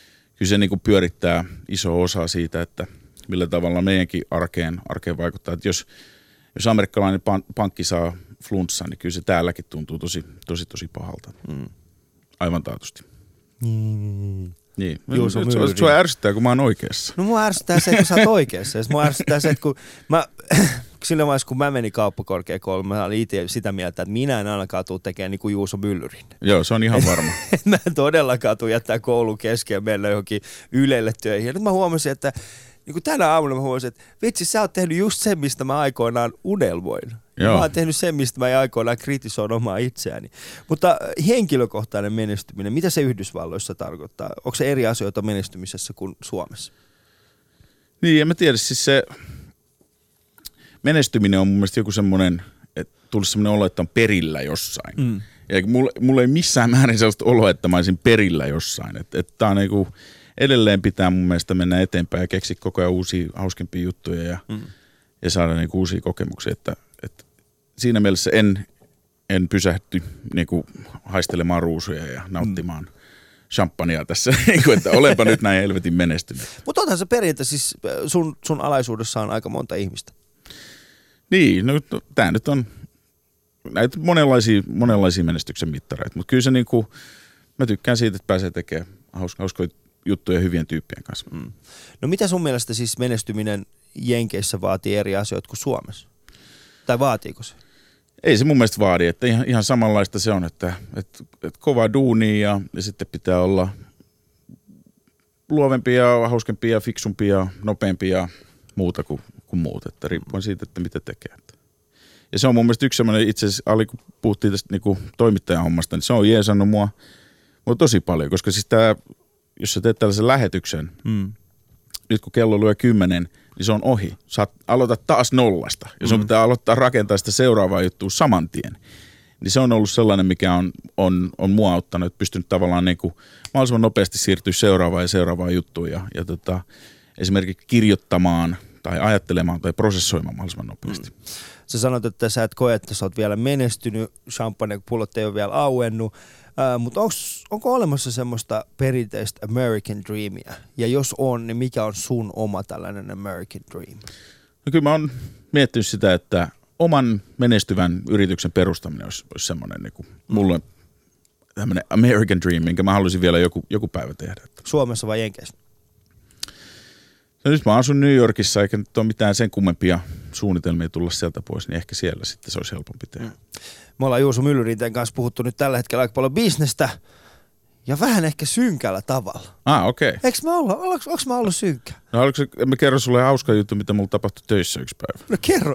kyllä se niin kuin pyörittää iso osa siitä, että millä tavalla meidänkin arkeen vaikuttaa. Että jos amerikkalainen pankki saa flunssan, niin kyllä se täälläkin tuntuu tosi pahalta. Aivan taatusti. Niin. Sua ärsyttää, kun mä oon oikeassa. No mua ärsyttää se, kun sä oot oikeassa. Ja mua ärsyttää se, että siinä vaiheessa, kun mä menin kauppakorkeakouluun, mä olin itse sitä mieltä, että minä en ainakaan tule tekemään niin kuin Juuso Myllyrin. Joo, se on ihan varma. Mä en todellakaan tule jättää koulun kesken ja mennä johonkin Ylelle töihin. Ja nyt mä huomasin, että niin kuin tänä aamuna mä huomasin, että vitsi, sä oot tehnyt just sen, mistä mä aikoinaan unelmoin. Joo. Mä oon tehnyt sen, mistä mä aikoinaan kritisoin omaa itseäni. Mutta henkilökohtainen menestyminen, mitä se Yhdysvalloissa tarkoittaa? Onko se eri asioita menestymisessä kuin Suomessa? Niin, en mä tiedä. Siis se menestyminen on mun mielestä joku semmoinen, että tulisi semmoinen olo, että on perillä jossain. Ja mulla ei missään määrin sellaista oloa, että mä olisin perillä jossain. Että tää on niinku, edelleen pitää mun mielestä mennä eteenpäin ja keksiä koko ajan uusia hauskempia juttuja ja saada niinku uusia kokemuksia. Että siinä mielessä en pysähty niinku haistelemaan ruusuja ja nauttimaan champagnea tässä, että olenpa nyt näin helvetin menestynyt. Mutta onhan se periaatteessa siis sun alaisuudessa on aika monta ihmistä. Niin, no tää nyt on näitä monenlaisia menestyksen mittareita, mutta kyllä se niinku, mä tykkään siitä, että pääsee tekemään hauskoja juttuja hyvien tyyppien kanssa. No mitä sun mielestä siis menestyminen Jenkeissä vaatii eri asioita kuin Suomessa? Tai vaatiiko se? Ei se mun mielestä vaadi, että ihan samanlaista se on, että kova duuni ja sitten pitää olla luovempia, hauskempia, fiksumpia, nopeampia muuta kuin muut, että riippuen siitä, että mitä tekee. Ja se on mun mielestä yksi semmoinen, itse asiassa kun puhuttiin tästä niin toimittajan hommasta, niin se on jeesannut mua tosi paljon, koska siis jos sä teet tällaisen lähetyksen, nyt kun kello lyö 10, niin se on ohi. Aloitat taas nollasta ja sun pitää aloittaa rakentaa sitä seuraavaa juttua saman tien. Niin se on ollut sellainen, mikä on mua auttanut, että pystynyt tavallaan niin kuin mahdollisimman nopeasti siirtyä seuraavaan juttuun ja esimerkiksi kirjoittamaan tai ajattelemaan tai prosessoimaan mahdollisimman nopeasti. Sä sanot, että sä et koe, että sä oot vielä menestynyt, champagne-pullot ei ole vielä auennut, mutta onko olemassa semmoista perinteistä American Dreamia? Ja jos on, niin mikä on sun oma tällainen American Dream? No kyllä mä oon miettinyt sitä, että oman menestyvän yrityksen perustaminen olisi semmoinen niin kuin mulle tämmöinen American Dream, minkä mä haluaisin vielä joku päivä tehdä. Suomessa vai Jenkeissä? No nyt mä asun New Yorkissa, eikä nyt ole mitään sen kummempia suunnitelmia tulla sieltä pois, niin ehkä siellä sitten se olisi helpompi tehdä. Me ollaan Juuso Myllyrinten kanssa puhuttu nyt tällä hetkellä aika paljon bisnestä ja vähän ehkä synkällä tavalla. Okei. Okay. Onko mä ollut synkkä? No mä kerron sulle hauska juttu, mitä mulla tapahtui töissä yksi päivä. No kerro.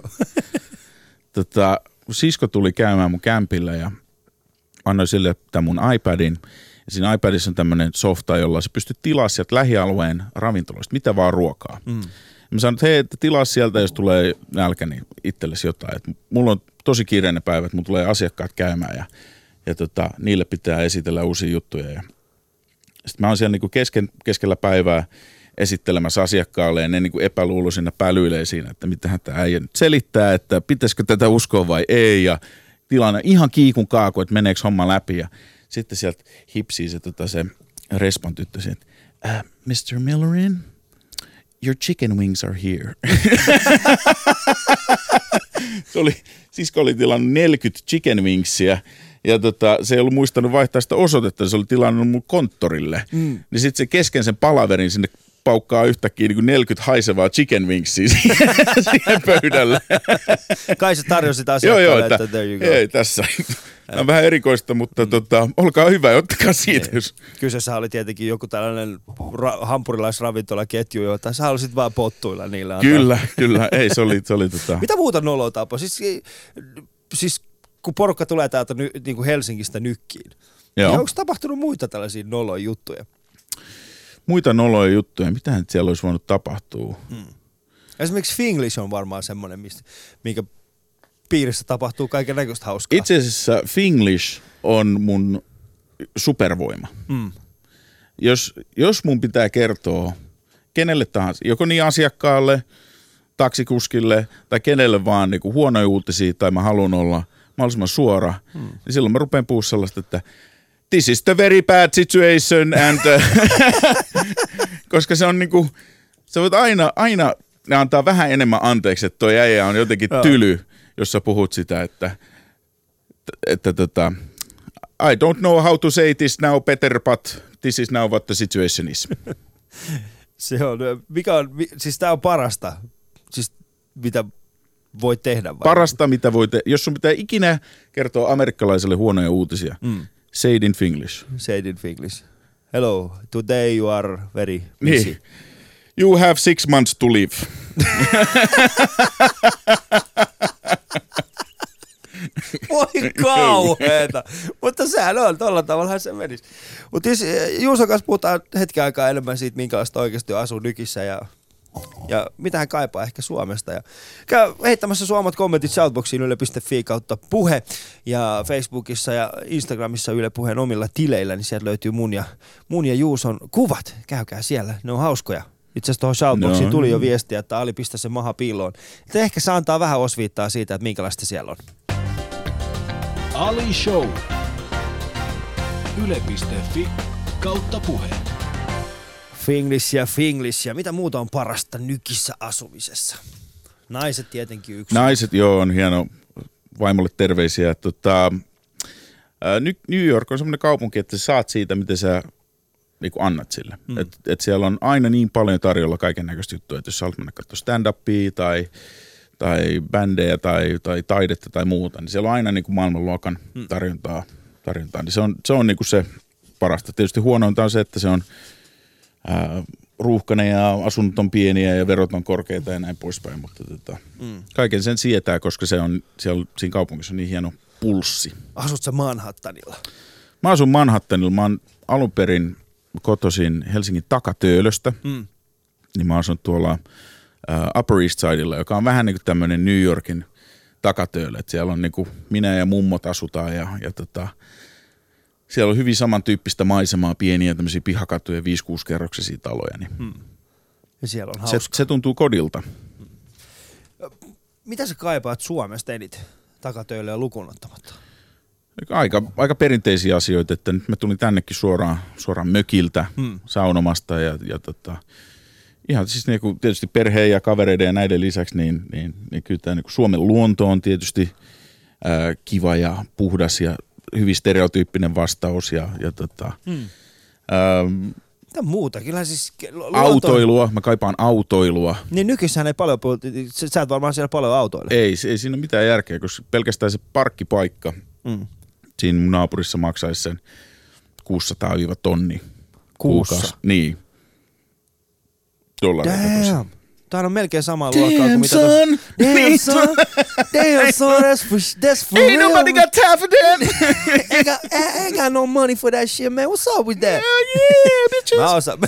Sisko tuli käymään mun kämpillä ja annoin sille tämän mun iPadin. Ja siinä iPadissa on tämmöinen softa, jolla sä pystyt tilaa sieltä lähialueen ravintoloista, mitä vaan ruokaa. Mä sanoin, että hei, että tilaa sieltä, jos tulee nälkä, niin itsellesi jotain. Et mulla on tosi kiireinen päivä, että mun tulee asiakkaat käymään ja niille pitää esitellä uusia juttuja. Ja sitten mä oon siellä niinku keskellä päivää esittelemässä asiakkaalle ja ne niinku epäluuloisina pälyilee siinä, että mitähän tämä äijä nyt selittää, että pitäisikö tätä uskoa vai ei. Ja tilanne ihan kiikun kaaku, että meneekö homma läpi ja sitten sieltä hipsii se respon tyttö sieltä, Mr. Millerin, your chicken wings are here. Sisko oli tilannut 40 chicken wingsia ja se ei ollut muistanut vaihtaa sitä osoitetta, se oli tilannut mun konttorille. Niin sitten se kesken sen palaverin sinne paukkaa yhtäkkiä niin kuin 40 haisevaa chicken wingsia siihen pöydälle. Kai se tarjosi sitä asiakkaalle, että there you go. Ei tässä. Tämä on vähän erikoista, mutta olkaa hyvä ja ottakaa siitä. Jos... Kyseessä oli tietenkin joku tällainen hampurilaisravintolaketju, jota sä halusit vaan pottuilla niillä. Kyllä. Ei, se oli Mitä muuta noloa tapaa? Siis kun porukka tulee täältä niin kuin Helsingistä nykkiin, niin onko tapahtunut muita tällaisia noloja juttuja? Muita noloja juttuja, mitähän siellä olisi voinut tapahtua? Esimerkiksi Finglish on varmaan semmoinen, minkä piirissä tapahtuu kaiken näköistä hauskaa. Itse asiassa Finglish on mun supervoima. Jos mun pitää kertoa kenelle tahansa, joko niin asiakkaalle, taksikuskille tai kenelle vaan niin kuin huonoja uutisia tai mä haluan olla mahdollisimman suora, niin silloin mä rupean puhua sellaista, että this is the very bad situation and koska se on niinku, sä voit aina ne antaa vähän enemmän anteeksi, että toi äijä on jotenkin tyly, jos sä puhut sitä, että I don't know how to say this now better, but this is now what the situation is. Se on, siis tää on parasta, siis mitä voit tehdä. Vai? Parasta, mitä voi tehdä. Jos sun pitää ikinä kertoa amerikkalaiselle huonoja uutisia, say it in Finglish. Say it in Finglish. Hello, today you are very busy. Niin. You have 6 months to live. Voi kauheeta. Mutta sehän on, tolla tavallahan se menisi. Mutta Juuson kanssa puhutaan hetken aikaa enemmän siitä, minkälaista oikeasti asuu Nykissä ja mitä hän kaipaa ehkä Suomesta. Ja käy heittämässä suomat kommentit shoutboxiin yle.fi/puhe ja Facebookissa ja Instagramissa Yle Puheen omilla tileillä, niin sieltä löytyy mun ja Juuson kuvat. Käykää siellä, ne on hauskoja. Itse asiassa tuohon shoutboxiin tuli jo viestiä, että Ali pistä se maha piiloon. Että ehkä se antaa vähän osviittaa siitä, että minkälaista siellä on. Ali Show. Yle.fi/puhe. Finglish ja mitä muuta on parasta Nykissä asumisessa? Naiset tietenkin yksi. Naiset, joo, on hieno. Vaimolle terveisiä. New York on semmoinen kaupunki, että sä saat siitä, miten sä niin kuin annat sille. Et siellä on aina niin paljon tarjolla kaiken näköistä juttuja, että jos sä haluat mennä katsoa stand-upia tai bändejä tai taidetta tai muuta, niin siellä on aina niin kuin maailmanluokan tarjontaa. Niin se on niin kuin se parasta. Tietysti huonointa on se, että se on ruuhkainen ja asunnot on pieniä ja verot on korkeita ja näin poispäin, mutta kaiken sen sietää, koska se on siinä kaupungissa on niin hieno pulssi. Asut sä Manhattanilla? Mä asun Manhattanilla. Mä oon alun perin kotoisin Helsingin Takatöölöstä, niin mä asun tuolla Upper East Sidella, joka on vähän niin kuin tämmöinen New Yorkin Takatöölö. Et siellä on niin kuin minä ja mummot asutaan ja siellä on hyvin samantyyppistä maisemaa, pieniä tämmöisiä pihakattuja 5-6 kerroksisia taloja. Niin ja siellä on hauska. Se tuntuu kodilta. Mitä sä kaipaat Suomesta eniten Takatöölöä lukuun ottamatta? Aika perinteisiä asioita, että nyt mä tulin tännekin suoraan mökiltä saunomasta ja ihan siis niinku tietysti perheen ja kavereiden ja näiden lisäksi, niin kyllä tämä niinku Suomen luonto on tietysti kiva ja puhdas ja hyvin stereotyyppinen vastaus mitä muuta? Kyllähän siis autoilua, mä kaipaan autoilua. Niin nykyssähän ei paljon, sä et varmaan siellä paljon autoilla. Ei siinä ole mitään järkeä, koska pelkästään se parkkipaikka siinä mun naapurissa maksaisi sen 600-1,000 kuussa. Niin. Damn. Tää on melkein samaa luokkaa kuin mitä Damn son, that's for Ain't real. nobody got time for that. ain't got no money for that shit, man. What's up with that? Yeah, bitches.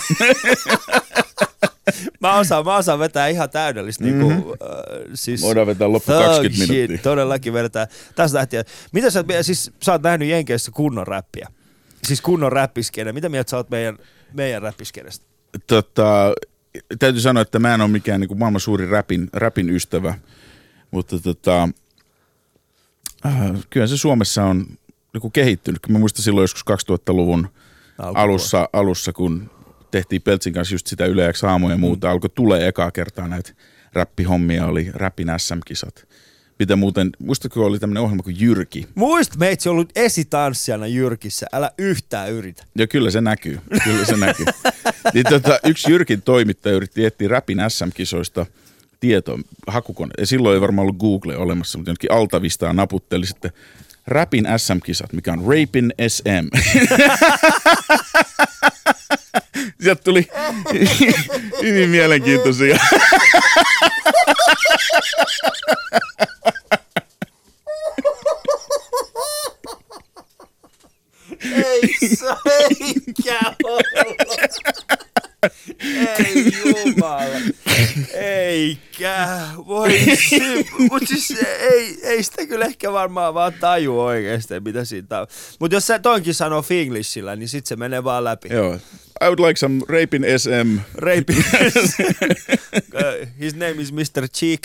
Mä osaan vetää ihan täydellistä niinku, siis voidaan vetää loppu 20 minuuttia. Todellakin vedetään. Tästä lähtien. Mitä sä oot nähnyt Jenkeissä kunnon räppiä? Siis kunnon räppiskenä. Mitä mieltä sä oot meidän räppiskenestä? Täytyy sanoa, että mä en ole mikään niin maailman suuri räpin ystävä, mutta kyllä se Suomessa on niin kehittynyt. Mä muistan silloin joskus 2000-luvun alussa, kun tehtiin Peltsin kanssa just sitä Yle X aamu ja muuta, alkoi tulee ekaa kertaa näitä räppihommia, oli räpin SM-kisat. Mitä muuten, muistatko oli tämmöinen ohjelma kuin Jyrki? Meitsi on ollut esitanssijana Jyrkissä, älä yhtään yritä. Ja kyllä se näkyy. Niin yksi Jyrkin toimittaja yritti etsiä räpin SM-kisoista tietoa hakukone. Ja silloin ei varmaan ollut Google olemassa, mutta jonnekin Altavistaan naputteli sitten räpin SM-kisat, mikä on Rapin SM. Sieltä tuli hyvin mielenkiintoisia. Eikä olla. Ei jumala. Eikä. Mutta siis ei sitä kyllä ehkä varmaan vaan taju oikeasti, mitä siitä on. Mutta jos sä toinkin sanoo Finglishillä, niin sit se menee vaan läpi. Joo. I would like some Rapin SM. Rapin SM. His name is Mr. Cheek.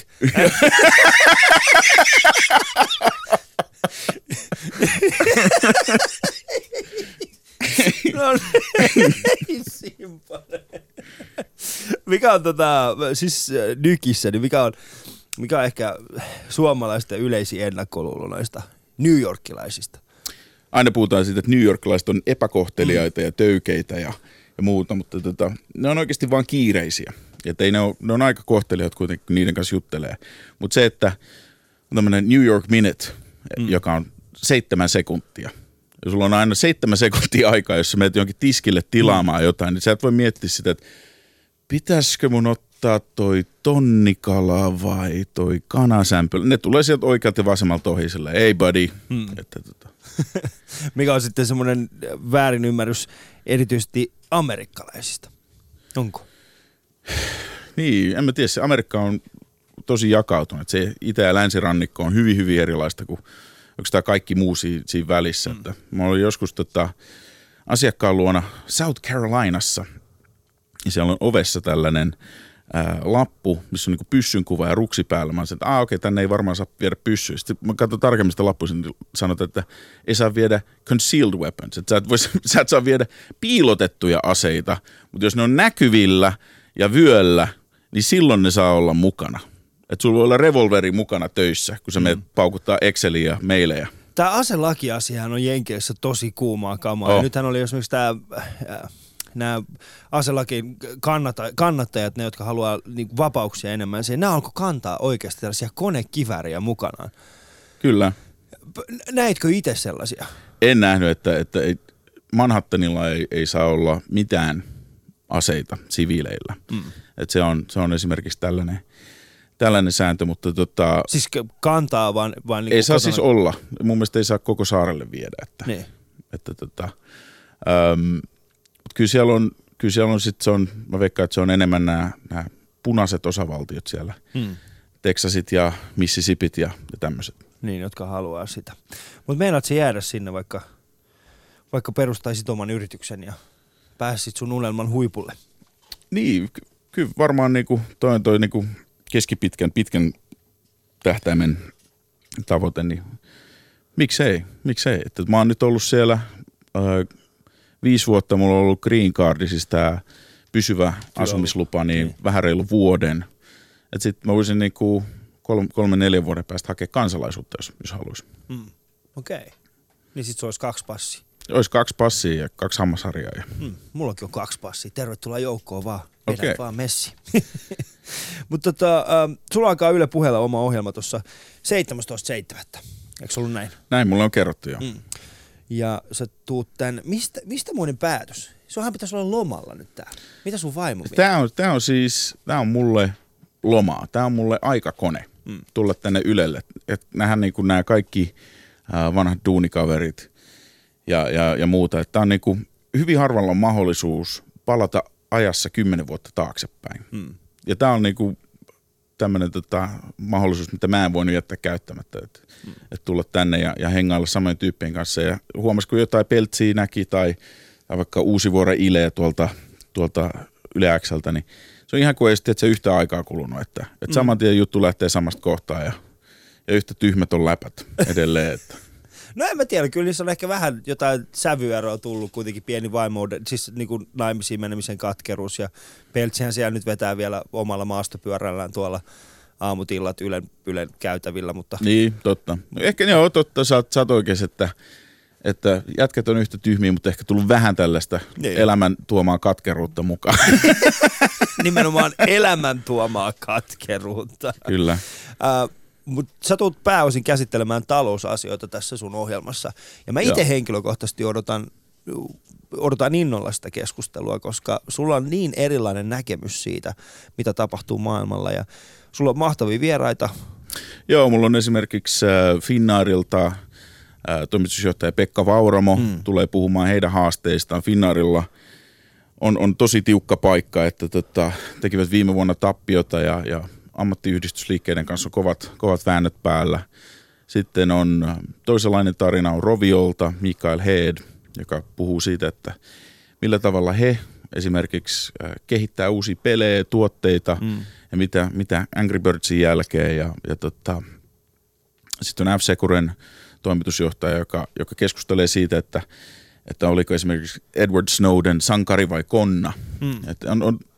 Mikä on siis Nykissä, niin mikä on ehkä suomalaisten yleisin ennakkoluulo noista New Yorkilaisista? Aina puhutaan siitä, että New Yorkilaiset on epäkohteliaita ja töykeitä ja muuta, mutta ne on oikeasti vaan kiireisiä. Että ei ne on aika kohteliaat kuitenkin, kun niiden kanssa juttelee. Mutta se, että on tämmöinen New York Minute, joka on 7 sekuntia. Ja sulla on aina 7 sekuntia aikaa, jos sä menet jonkin tiskille tilaamaan jotain, niin sä et voi miettiä sitä, että pitäisikö mun ottaa toi tonnikala vai toi kanasämpylä. Ne tulee sieltä oikealta ja vasemmalta ohi sillä, ei buddy. Mikä on sitten semmoinen väärinymmärrys erityisesti amerikkalaisista? Onko? Niin, en mä tiedä. Se Amerikka on tosi jakautunut. Se itä- ja länsirannikko on hyvin, hyvin erilaista kuin tämä kaikki muu siinä välissä. Että mä olin joskus asiakkaan luona South Carolinassa. Ja siellä on ovessa tällainen lappu, missä on niinku pyssyn kuva ja ruksi päällä. Mä sanoin, että okei, tänne ei varmaan saa viedä pyssyä. Sitten mä katsoin tarkemmin sitä lappua, niin sanotaan, että ei saa viedä concealed weapons. Että sä et saa viedä piilotettuja aseita, mutta jos ne on näkyvillä ja vyöllä, niin silloin ne saa olla mukana. Että sulla voi olla revolveri mukana töissä, kun sä menet paukuttaa Exceliä ja mailejä. Tämä aselakiasiahan on Jenkeissä tosi kuumaa kamaa. Ja nythän oli esimerkiksi nämä aselakin kannattajat, ne jotka haluaa niin vapauksia enemmän, nämä alkoi kantaa oikeasti tällaisia konekivääriä mukanaan. Kyllä. Näitkö itse sellaisia? En nähnyt, että Manhattanilla ei saa olla mitään aseita siviileillä. Että se on esimerkiksi tällainen sääntö, mutta siis kantaa vaan niin ei saa siis olla. Mun mielestä ei saa koko saarelle viedä. Niin. Kyllä siellä on sitten mä veikkaan, että se on enemmän nämä punaiset osavaltiot siellä. Texasit ja Mississippit ja tämmöiset. Niin, jotka haluaa sitä. Mutta meinaat se jäädä sinne, vaikka perustaisit oman yrityksen ja pääsit sun unelman huipulle? Niin, kyllä varmaan niinku, toi niinku pitkän tähtäimen tavoite, niin miksei. Että mä oon nyt ollut siellä 5 vuotta, mulla on ollut green card, siis tää pysyvä asumislupa, niin vähän reilu vuoden. Että sit mä voisin niinku 3-4 vuoden päästä hakea kansalaisuutta, jos haluaisi. Okei. Niin sit se olisi 2 passia. Olisi 2 passia ja 2 hammasharjaa. Mullakin on 2 passia. Tervetuloa joukkoon vaan. Vedät vaan messi. Mutta sulla alkaa Yle Puheella oma ohjelma tuossa 17.7. Eikö se ollut näin? Näin mulle on kerrottu jo. Ja sä tuut tän, mistä muinen päätös? Sunhan pitäisi olla lomalla nyt täällä. Mitä sun vaimo vie? Tää on mulle lomaa. Tää on mulle aikakone tulla tänne Ylelle. Et nähdään niinku nämä kaikki vanhat duunikaverit ja muuta. Tää on niinku hyvin harvalla on mahdollisuus palata ajassa 10 vuotta taaksepäin. Ja tää on niinku tämmöinen mahdollisuus, mitä mä en voinut jättää käyttämättä, että tulla tänne ja hengailla samojen tyyppien kanssa. Ja huomasi, kun jotain peltsiä näki tai vaikka Uusivuoren Ileä tuolta Yle X:ltä, niin se on ihan kuin ei sitten, että se yhtä aikaa kulunut. Että saman tien juttu lähtee samasta kohtaa ja yhtä tyhmät on läpät edelleen. Että. No en mä tiedä, kyllä niissä on ehkä vähän jotain sävyeroa tullut, kuitenkin pieni vaimouden, siis niin kuin naimisiin menemisen katkeruus ja Peltsihän siellä nyt vetää vielä omalla maastopyörällään tuolla aamutillat Ylen käytävillä, mutta. Niin, totta. No ehkä joo, totta, sä oot oikeassa, että jätkät on yhtä tyhmiä, mutta ehkä tullut vähän tällaista elämän tuomaa katkeruutta mukaan. Nimenomaan elämän tuomaa katkeruutta. Kyllä. Mutta sä tulet pääosin käsittelemään talousasioita tässä sun ohjelmassa. Ja mä itse henkilökohtaisesti odotan innolla sitä keskustelua, koska sulla on niin erilainen näkemys siitä, mitä tapahtuu maailmalla. Ja sulla on mahtavia vieraita. Joo, mulla on esimerkiksi Finnairilta toimitusjohtaja Pekka Vauramo tulee puhumaan heidän haasteistaan. Finnairilla on tosi tiukka paikka, että tekivät viime vuonna tappiota ja ammattiyhdistysliikkeiden kanssa on kovat väännöt päällä. Sitten on toisenlainen tarina on Roviolta, Mikael Heed, joka puhuu siitä, että millä tavalla he esimerkiksi kehittää uusia pelejä, tuotteita ja mitä Angry Birdsin jälkeen. Ja sitten on F-Securen toimitusjohtaja, joka keskustelee siitä, että oliko esimerkiksi Edward Snowden sankari vai konna. Että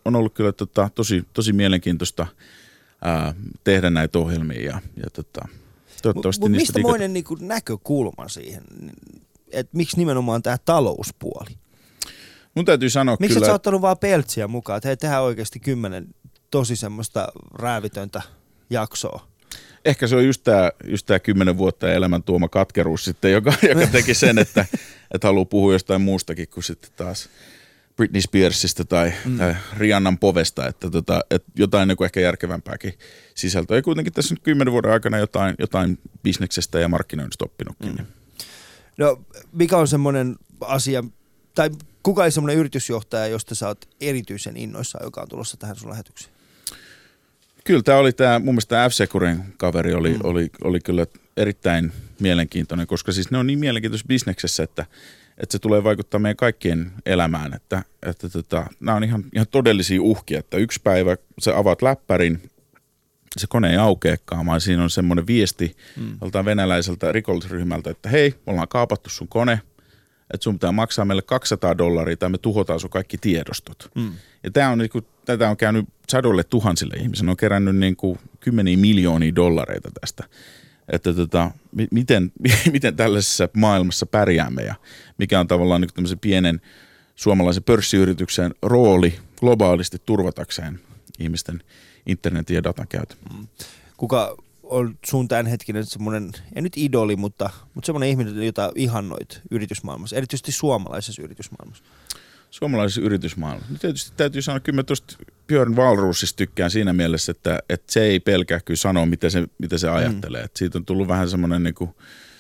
on ollut kyllä tosi mielenkiintoista tehdä näitä ohjelmia ja toivottavasti niistä mistä moinen niinku näkökulma siihen, että miksi nimenomaan tämä talouspuoli? Mun täytyy sanoa miksi kyllä... et sä ottanut vaan Peltsiä mukaan, että hei, tehdään oikeasti 10 tosi semmoista räävitöntä jaksoa? Ehkä se on just tää 10 vuotta ja elämän tuoma katkeruus sitten, joka teki sen, että haluaa puhua jostain muustakin kuin sitten taas Britney Spearsista tai Rihannan povesta, että jotain niin kuin ehkä järkevämpääkin sisältöä. Ja kuitenkin tässä nyt 10 vuoden aikana jotain bisneksestä ja markkinoinnista oppinutkin. No, mikä on semmoinen asia, tai kuka on semmoinen yritysjohtaja, josta sä oot erityisen innoissaan, joka on tulossa tähän sun lähetykseen? Kyllä mun mielestä tämä F-Securen kaveri oli kyllä erittäin mielenkiintoinen, koska siis ne on niin mielenkiintoisessa bisneksessä, että se tulee vaikuttaa meidän kaikkien elämään, että nämä on ihan todellisia uhkia, että yksi päivä sä avaat läppärin, se kone ei aukeakaan, vaan siinä on semmoinen viesti joltain venäläiseltä rikollisryhmältä, että hei, me ollaan kaapattu sun kone, että sun pitää maksaa meille $200 tai me tuhotaan sun kaikki tiedostot. Ja tätä on käynyt sadoille tuhansille ihmisille, ne on kerännyt niin kuin $10 miljoonia tästä. Että miten tällaisessa maailmassa pärjäämme ja mikä on tavallaan niin tämmöisen pienen suomalaisen pörssiyrityksen rooli globaalisti turvatakseen ihmisten internetin ja datan käytön. Kuka on sun tämänhetkinen semmoinen, ei nyt idoli, mutta semmoinen ihminen, jota ihannoit yritysmaailmassa, erityisesti suomalaisessa yritysmaailmassa? Suomalaisessa yritysmaailmassa. No tietysti täytyy sanoa, kyllä mä tuosta Björn Wahlroosista tykkään siinä mielessä, että se ei pelkää kyllä sanoa, mitä se ajattelee. Että siitä on tullut vähän semmoinen niinku,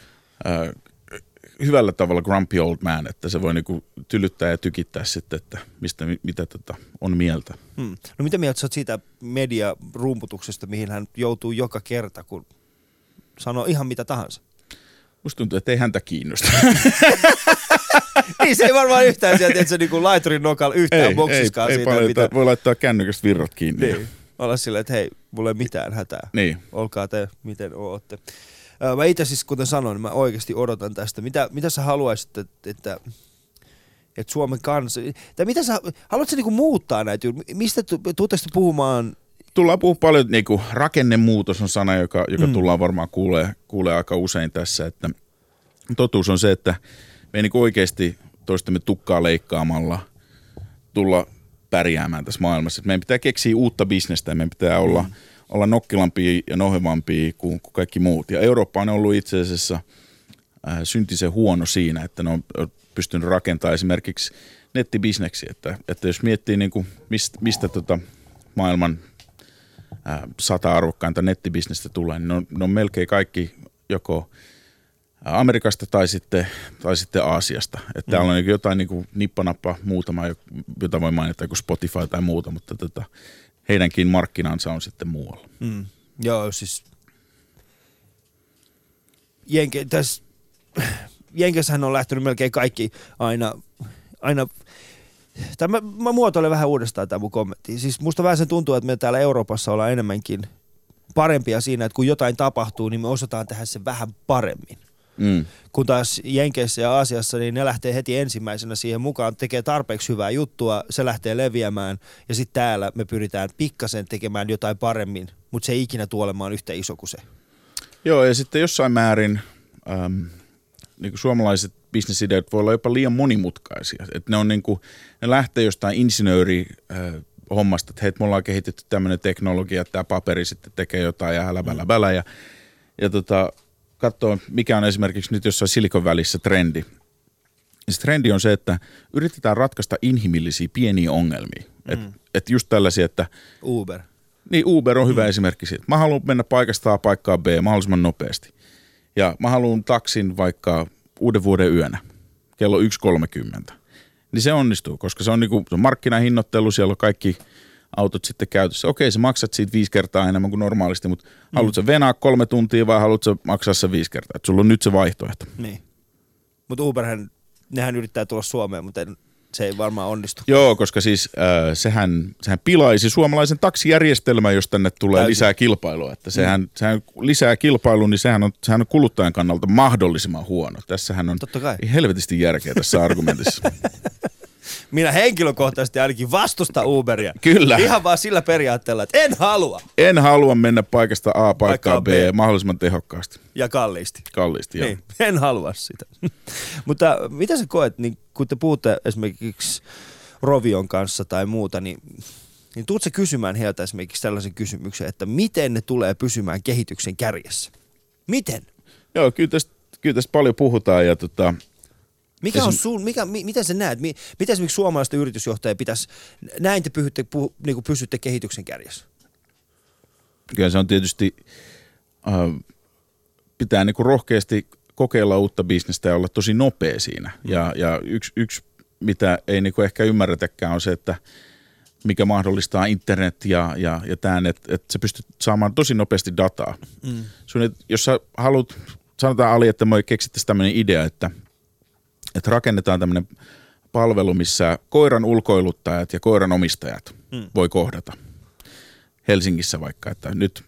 hyvällä tavalla grumpy old man, että se voi niinku tylyttää ja tykittää sitten, että mitä on mieltä. No mitä mieltä sä oot siitä mediarumputuksesta, mihin hän joutuu joka kerta, kun sanoo ihan mitä tahansa? Musta tuntuu, että ei häntä kiinnosta. Niin se ei varmaan yhtään sieltä, että se niinku laiturin nokalla yhtään boksiskaan siitä. Ei paljon, voi laittaa kännykästä virrat kiinni. Niin. Olla silleen, että hei, mulla ei mitään hätää. Niin. Olkaa te, miten ootte. Mä itse siis, kuten sanoin, mä oikeasti odotan tästä. Mitä sä haluaisit, että Suomen kanssa, tai mitä sä, haluatko sä niinku muuttaa näitä? Mistä tuutteko puhumaan? Tullaan puhumaan paljon, niinku rakennemuutos on sana, joka tullaan varmaan kuulee aika usein tässä, että totuus on se, että me ei niinku oikeasti toistemme tukkaa leikkaamalla tulla pärjäämään tässä maailmassa. Et meidän pitää keksiä uutta bisnestä ja meidän pitää olla nokkilampia ja nohevampia kuin kaikki muut. Ja Eurooppa on ollut itse asiassa syntisen huono siinä, että ne on pystynyt rakentamaan esimerkiksi nettibisneksiä. Että jos miettii niinku mistä maailman 100 arvokkainta nettibisnestä tulee, niin ne on melkein kaikki joko Amerikasta tai sitten Aasiasta. Että täällä on jotain niin kuin nippanappa muutama, jota voi mainita kuin Spotify tai muuta, mutta heidänkin markkinansa on sitten muualla. Joo, siis Jenkessähän on lähtenyt melkein kaikki aina tai mä muotoilen vähän uudestaan tämä mun kommentti. Siis musta vähän sen tuntuu, että me täällä Euroopassa ollaan enemmänkin parempia siinä, että kun jotain tapahtuu, niin me osataan tehdä se vähän paremmin. Kun taas Jenkeissä ja Aasiassa, niin ne lähtee heti ensimmäisenä siihen mukaan, tekee tarpeeksi hyvää juttua, se lähtee leviämään ja sitten täällä me pyritään pikkasen tekemään jotain paremmin, mutta se ei ikinä tule olemaan yhtä iso kuin se. Joo, ja sitten jossain määrin niin kuin suomalaiset bisnesideat voi olla jopa liian monimutkaisia. Että ne lähtee jostain insinöörihommasta, että hei, me ollaan kehitetty tämmöinen teknologia, että tämä paperi sitten tekee jotain ja hälä. Ja katsoo, mikä on esimerkiksi nyt jossain Silikon välissä trendi. Se trendi on se, että yritetään ratkaista inhimillisiä pieniä ongelmia. Että just tällaisia, että Uber. Niin, Uber on hyvä esimerkki siitä. Mä haluan mennä paikasta A paikkaan B mahdollisimman nopeasti. Ja mä haluan taksin vaikka uuden vuoden yönä, kello 1.30. Niin se onnistuu, koska se on markkinahinnoittelu, siellä on kaikki autot sitten käytössä. Okei, sä maksat siitä 5 kertaa enemmän kuin normaalisti, mutta haluatko venaa 3 tuntia vai haluatko maksaa se 5 kertaa? Että sulla on nyt se vaihtoehto. Niin. Mutta nehän yrittää tulla Suomeen, mutta se ei varmaan onnistu. Joo, koska siis sehän pilaisi suomalaisen taksijärjestelmän, jos tänne tulee lisää kilpailua. Että sehän lisää kilpailua, niin sehän on kuluttajan kannalta mahdollisimman huono. Tässähän on helvetisti järkeä tässä argumentissa. Minä henkilökohtaisesti ainakin vastustan Uberia. Kyllä. Ihan vaan sillä periaatteella, että en halua. En halua mennä paikasta A paikkaan B mahdollisimman tehokkaasti. Ja kalliisti. Kalliisti, joo. Niin, en halua sitä. Mutta mitä sä koet, niin kun te puhutte esimerkiksi Rovion kanssa tai muuta, niin tuut sä kysymään heiltä esimerkiksi tällaisen kysymyksen, että miten ne tulee pysymään kehityksen kärjessä? Miten? Joo, kyllä tästä paljon puhutaan ja Mikä on miten sä näet, mitä esimerkiksi suomalaista yritysjohtajia pitäisi, näin te niin pysytte kehityksen kärjessä? Kyllä se on tietysti, pitää niin kuin rohkeasti kokeilla uutta bisnestä ja olla tosi nopea siinä. Ja yksi mitä ei niin kuin ehkä ymmärretäkään, on se, että mikä mahdollistaa internet ja tämän, että sä pystyt saamaan tosi nopeasti dataa. Jos sä haluat, sanotaan Ali, että me keksittäisiin tämmöinen idea, että rakennetaan tämmöinen palvelu, missä koiran ulkoiluttajat ja koiran omistajat voi kohdata. Helsingissä vaikka, että nyt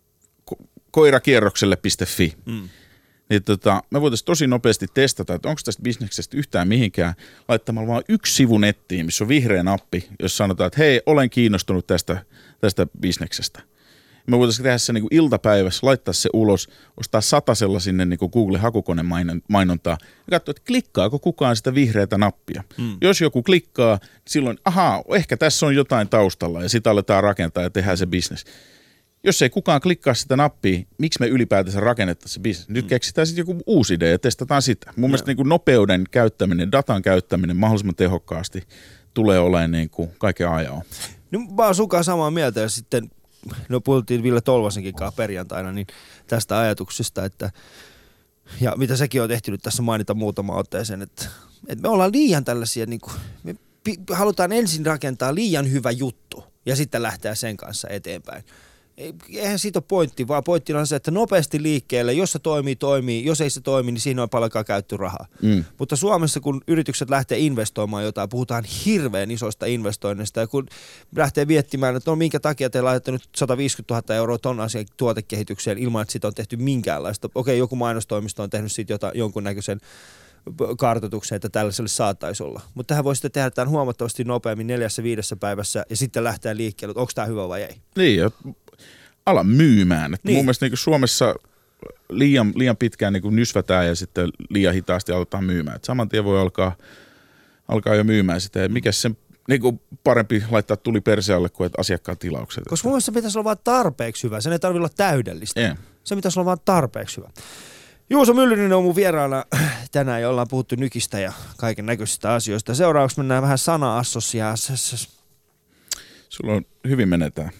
koirakierrokselle.fi. Niin me voitaisiin tosi nopeasti testata, että onko tästä bisneksestä yhtään mihinkään laittamalla vaan yksi sivu nettiin, missä on vihreä nappi, jos sanotaan, että hei, olen kiinnostunut tästä bisneksestä. Me voitaisiin tehdä se niin kuin iltapäivässä, laittaa se ulos, ostaa 100 sinne niin kuin Google-hakukonemainontaa ja katsoa, että klikkaako kukaan sitä vihreätä nappia. Jos joku klikkaa, niin silloin ehkä tässä on jotain taustalla ja sitä aletaan rakentaa ja tehdään se bisnes. Jos ei kukaan klikkaa sitä nappia, miksi me ylipäätänsä rakennettaisiin se bisnes? Nyt keksitään sitten joku uusi idea ja testataan sitä. Mun mielestä niin kuin nopeuden käyttäminen, datan käyttäminen mahdollisimman tehokkaasti tulee olemaan niin kuin kaiken ajan. No, mä oon sunkaan samaa mieltä ja sitten puhuttiin Ville Tolvasenkin kanssa perjantaina niin tästä ajatuksesta, että ja mitä sekin on tehty tässä mainita muutama otteeseen, että me ollaan liian tällaisia, niin kuin, me halutaan ensin rakentaa liian hyvä juttu ja sitten lähteä sen kanssa eteenpäin. Eihän siitä ole pointti, vaan pointtina on se, että nopeasti liikkeelle, jos se toimii, jos ei se toimi, niin siinä on paljonkaan käytetty rahaa. Mutta Suomessa, kun yritykset lähtee investoimaan jotain, puhutaan hirveän isoista investoinneista, ja kun lähtee miettimään, että minkä takia te laitatte nyt 150 000 € ton asian tuotekehitykseen ilman, että siitä on tehty minkäänlaista. Okei, joku mainostoimisto on tehnyt siitä jonkunnäköisen kartoituksen, että tällaiselle saattaisi olla. Mutta tähän voi sitten tehdä tämän huomattavasti nopeammin 4-5 päivässä ja sitten lähteä liikkeelle, että onko tämä hyvä vai ei. Niin, ja ala myymään. Niin. Mun mielestä niin Suomessa liian pitkään niin nysvätään ja sitten liian hitaasti aletaan myymään. Et saman tien voi alkaa jo myymään sitä. Mikä sen niin parempi laittaa tuli persealle kuin että asiakkaan tilaukset. Koska mun mielestä se pitäisi olla vaan tarpeeksi hyvä. Sen ei tarvitse olla täydellistä. Se pitäisi olla vaan tarpeeksi hyvä. Juuso Myllynen on mun vieraana tänään ja ollaan puhuttu nykistä ja kaiken näköisistä asioista. Seuraavaksi mennään vähän sana-assosiaatioon. Sulla on hyvin menetään.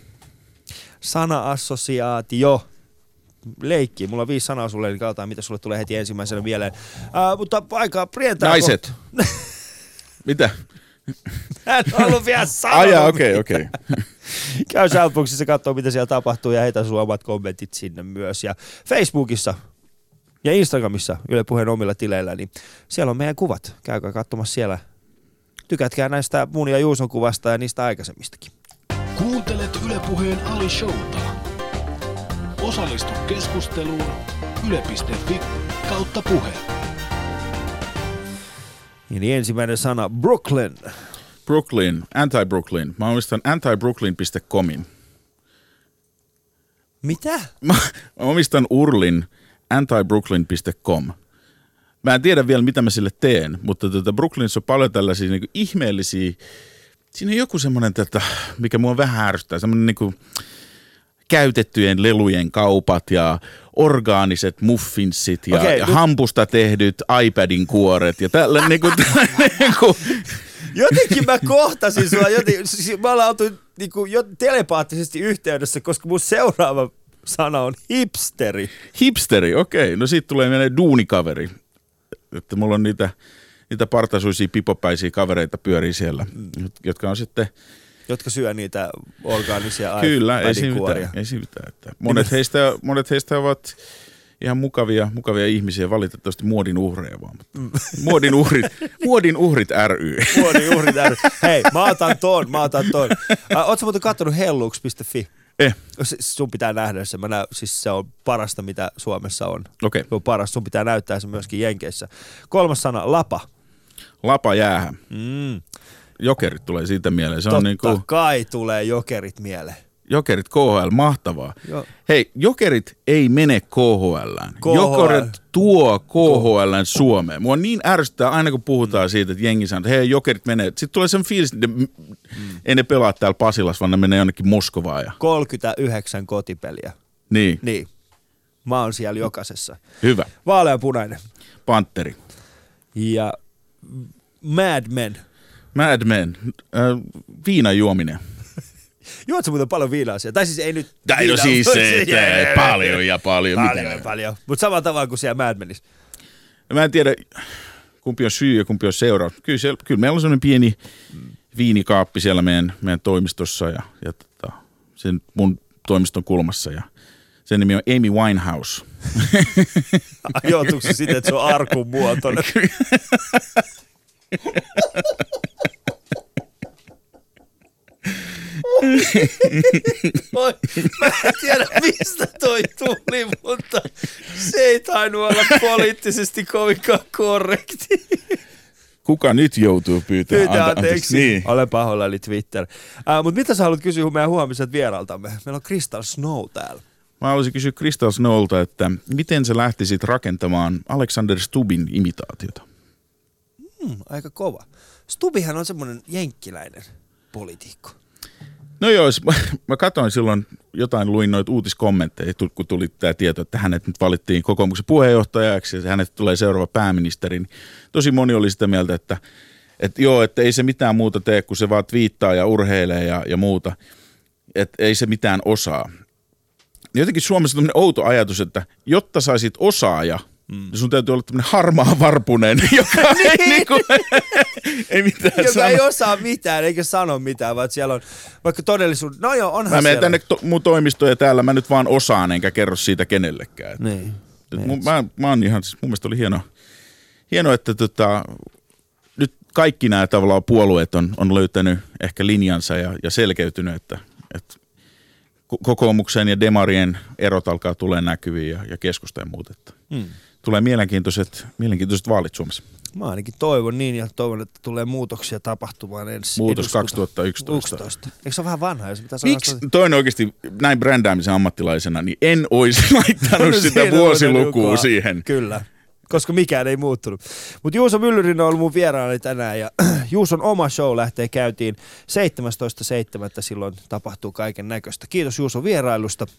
Sana-assosiaatio. Leikki. Mulla on 5 sanaa sulle, niin katsotaan, mitä sulle tulee heti ensimmäisenä mieleen. Mutta aika prientää. Naiset. Mitä? Mä en ollut vielä sanoa. Okei. Käy Shoutboxissa katsoa, mitä siellä tapahtuu ja heitä sun omat kommentit sinne myös. Ja Facebookissa ja Instagramissa Yle Puheen omilla tileillä, niin siellä on meidän kuvat. Käykää katsomassa siellä. Tykätkää näistä mun ja Juuson kuvasta ja niistä aikaisemmistakin. Kuuntelet Yle Puheen Ali Showta. Osallistu keskusteluun yle.fi/puhe. Niin ensimmäinen sana, Brooklyn. Brooklyn, anti-Brooklyn. Mä omistan antibrooklyn.comin. Mitä? Mä omistan Urlin antibrooklyn.com. Mä en tiedä vielä, mitä mä sille teen, mutta Brooklynissa on paljon tällaisia niin kuin ihmeellisiä. Siinä on joku semmoinen, mikä mua vähän ärsyttää, semmoinen niin kuin käytettyjen lelujen kaupat ja orgaaniset muffinsit ja hampusta tehdyt iPadin kuoret ja tällainen niin kuin jotenkin mä kohtasin sua, mä ollaan oltu niin kuin telepaattisesti yhteydessä, koska mun seuraava sana on hipsteri. Hipsteri, okei. No siitä tulee meidän duunikaveri. Että mulla on niitä partasuisia pipopäisiä kavereita pyörii siellä, jotka on sitten jotka syö niitä orgaanisia kyllä, ei siinä mitään. Monet heistä ovat ihan mukavia ihmisiä, valitettavasti muodin uhreja vaan. Muodin uhrit ry. Muodin uhrit ry. Hei, mä otan ton. Ootko muuten katsonut hellux.fi? Sun pitää nähdä se. Siis se on parasta, mitä Suomessa on. Okei. Se on paras. Sun pitää näyttää se myöskin Jenkeissä. 3. sana, lapa. Lapa jäähän. Mm. Jokerit tulee siitä mieleen. Se on Totta niinku, kai tulee jokerit mieleen. Jokerit KHL, mahtavaa. Jo. Hei, Jokerit ei mene KHL:ään. KHL. Jokerit tuo KHL:ään Suomeen. Mua niin ärsyttää aina, kun puhutaan siitä, että jengi sanoo, että hei, Jokerit menee. Sitten tulee sen fiilis, että ei ne pelaa täällä Pasilassa, vaan ne menee jonnekin Moskovaan. Ja... 39 kotipeliä. Niin. Mä oon siellä jokaisessa. Hyvä. Vaaleanpunainen. Pantteri. Ja Mad Men. Mad Men. Viinan juominen. Juot sä muuten paljon viinaa siellä? Tai siis ei nyt Tai no siis se, paljon ja paljon. Paljon. Mutta samalla tavalla kuin siellä Mad Menissä. Mä en tiedä, kumpi on syy ja kumpi on seuraus. Kyllä meillä on sellainen pieni viinikaappi siellä meidän toimistossa ja sen mun toimiston kulmassa. Ja sen nimi on Amy Winehouse. Ajoituuko se siten, että se on arkun muotoinen? Mä en tiedä, mistä toi tuli, mutta se ei tainnut olla poliittisesti kovinkaan korrekti. Kuka nyt joutuu pyytämään anteeksi? Niin. Olen pahoillani Twitter. Mutta mitä sä haluat kysyä meidän huomiset vieraltamme? Meillä on Crystal Snow täällä. Mä haluaisin kysyä Crystal Snowlta, että miten sä lähtisit rakentamaan Alexander Stubbin imitaatiota? Aika kova. Stubbihan on semmoinen jenkkiläinen poliitikko. No joo, mä katsoin silloin luin noita uutiskommentteja, kun tuli tämä tieto, että hänet nyt valittiin kokoomuksen puheenjohtajaksi ja hänet tulee seuraava pääministeri. Niin tosi moni oli sitä mieltä, että ei se mitään muuta tee, kun se vaan twiittaa ja urheilee ja muuta. Että ei se mitään osaa. Jotenkin Suomessa on tämmöinen outo ajatus, että jotta saisit osaaja, sun täytyy olla tämmöinen harmaa varpunen, joka ei mitään joka sano. ei osaa mitään eikä sano mitään, vaan siellä on vaikka todellisuus. No joo, onhan mä menen siellä. tänne mun toimistoon ja täällä mä nyt vaan osaan enkä kerro siitä kenellekään. Niin. Mä oon ihan, siis mun mielestä oli hieno että nyt kaikki nämä tavallaan puolueet on löytänyt ehkä linjansa ja selkeytynyt, että kokoomuksen ja demarien erot alkaa tulee näkyviin ja keskusta ja muut. Tulee mielenkiintoiset vaalit Suomessa. Mä ainakin toivon niin ja toivon, että tulee muutoksia tapahtumaan ensi Muutos 2011. Eikö se ole vähän vanha? Miksi? Toinen oikeasti näin brändäämisen ammattilaisena, niin en olisi laittanut sitä vuosilukua siihen. Kyllä, koska mikään ei muuttunut. Mutta Juuso Myllyrinen on ollut mun vieraani tänään ja Juuson oma show lähtee käyntiin 17.7. Silloin tapahtuu kaiken näköistä. Kiitos Juuson vierailusta.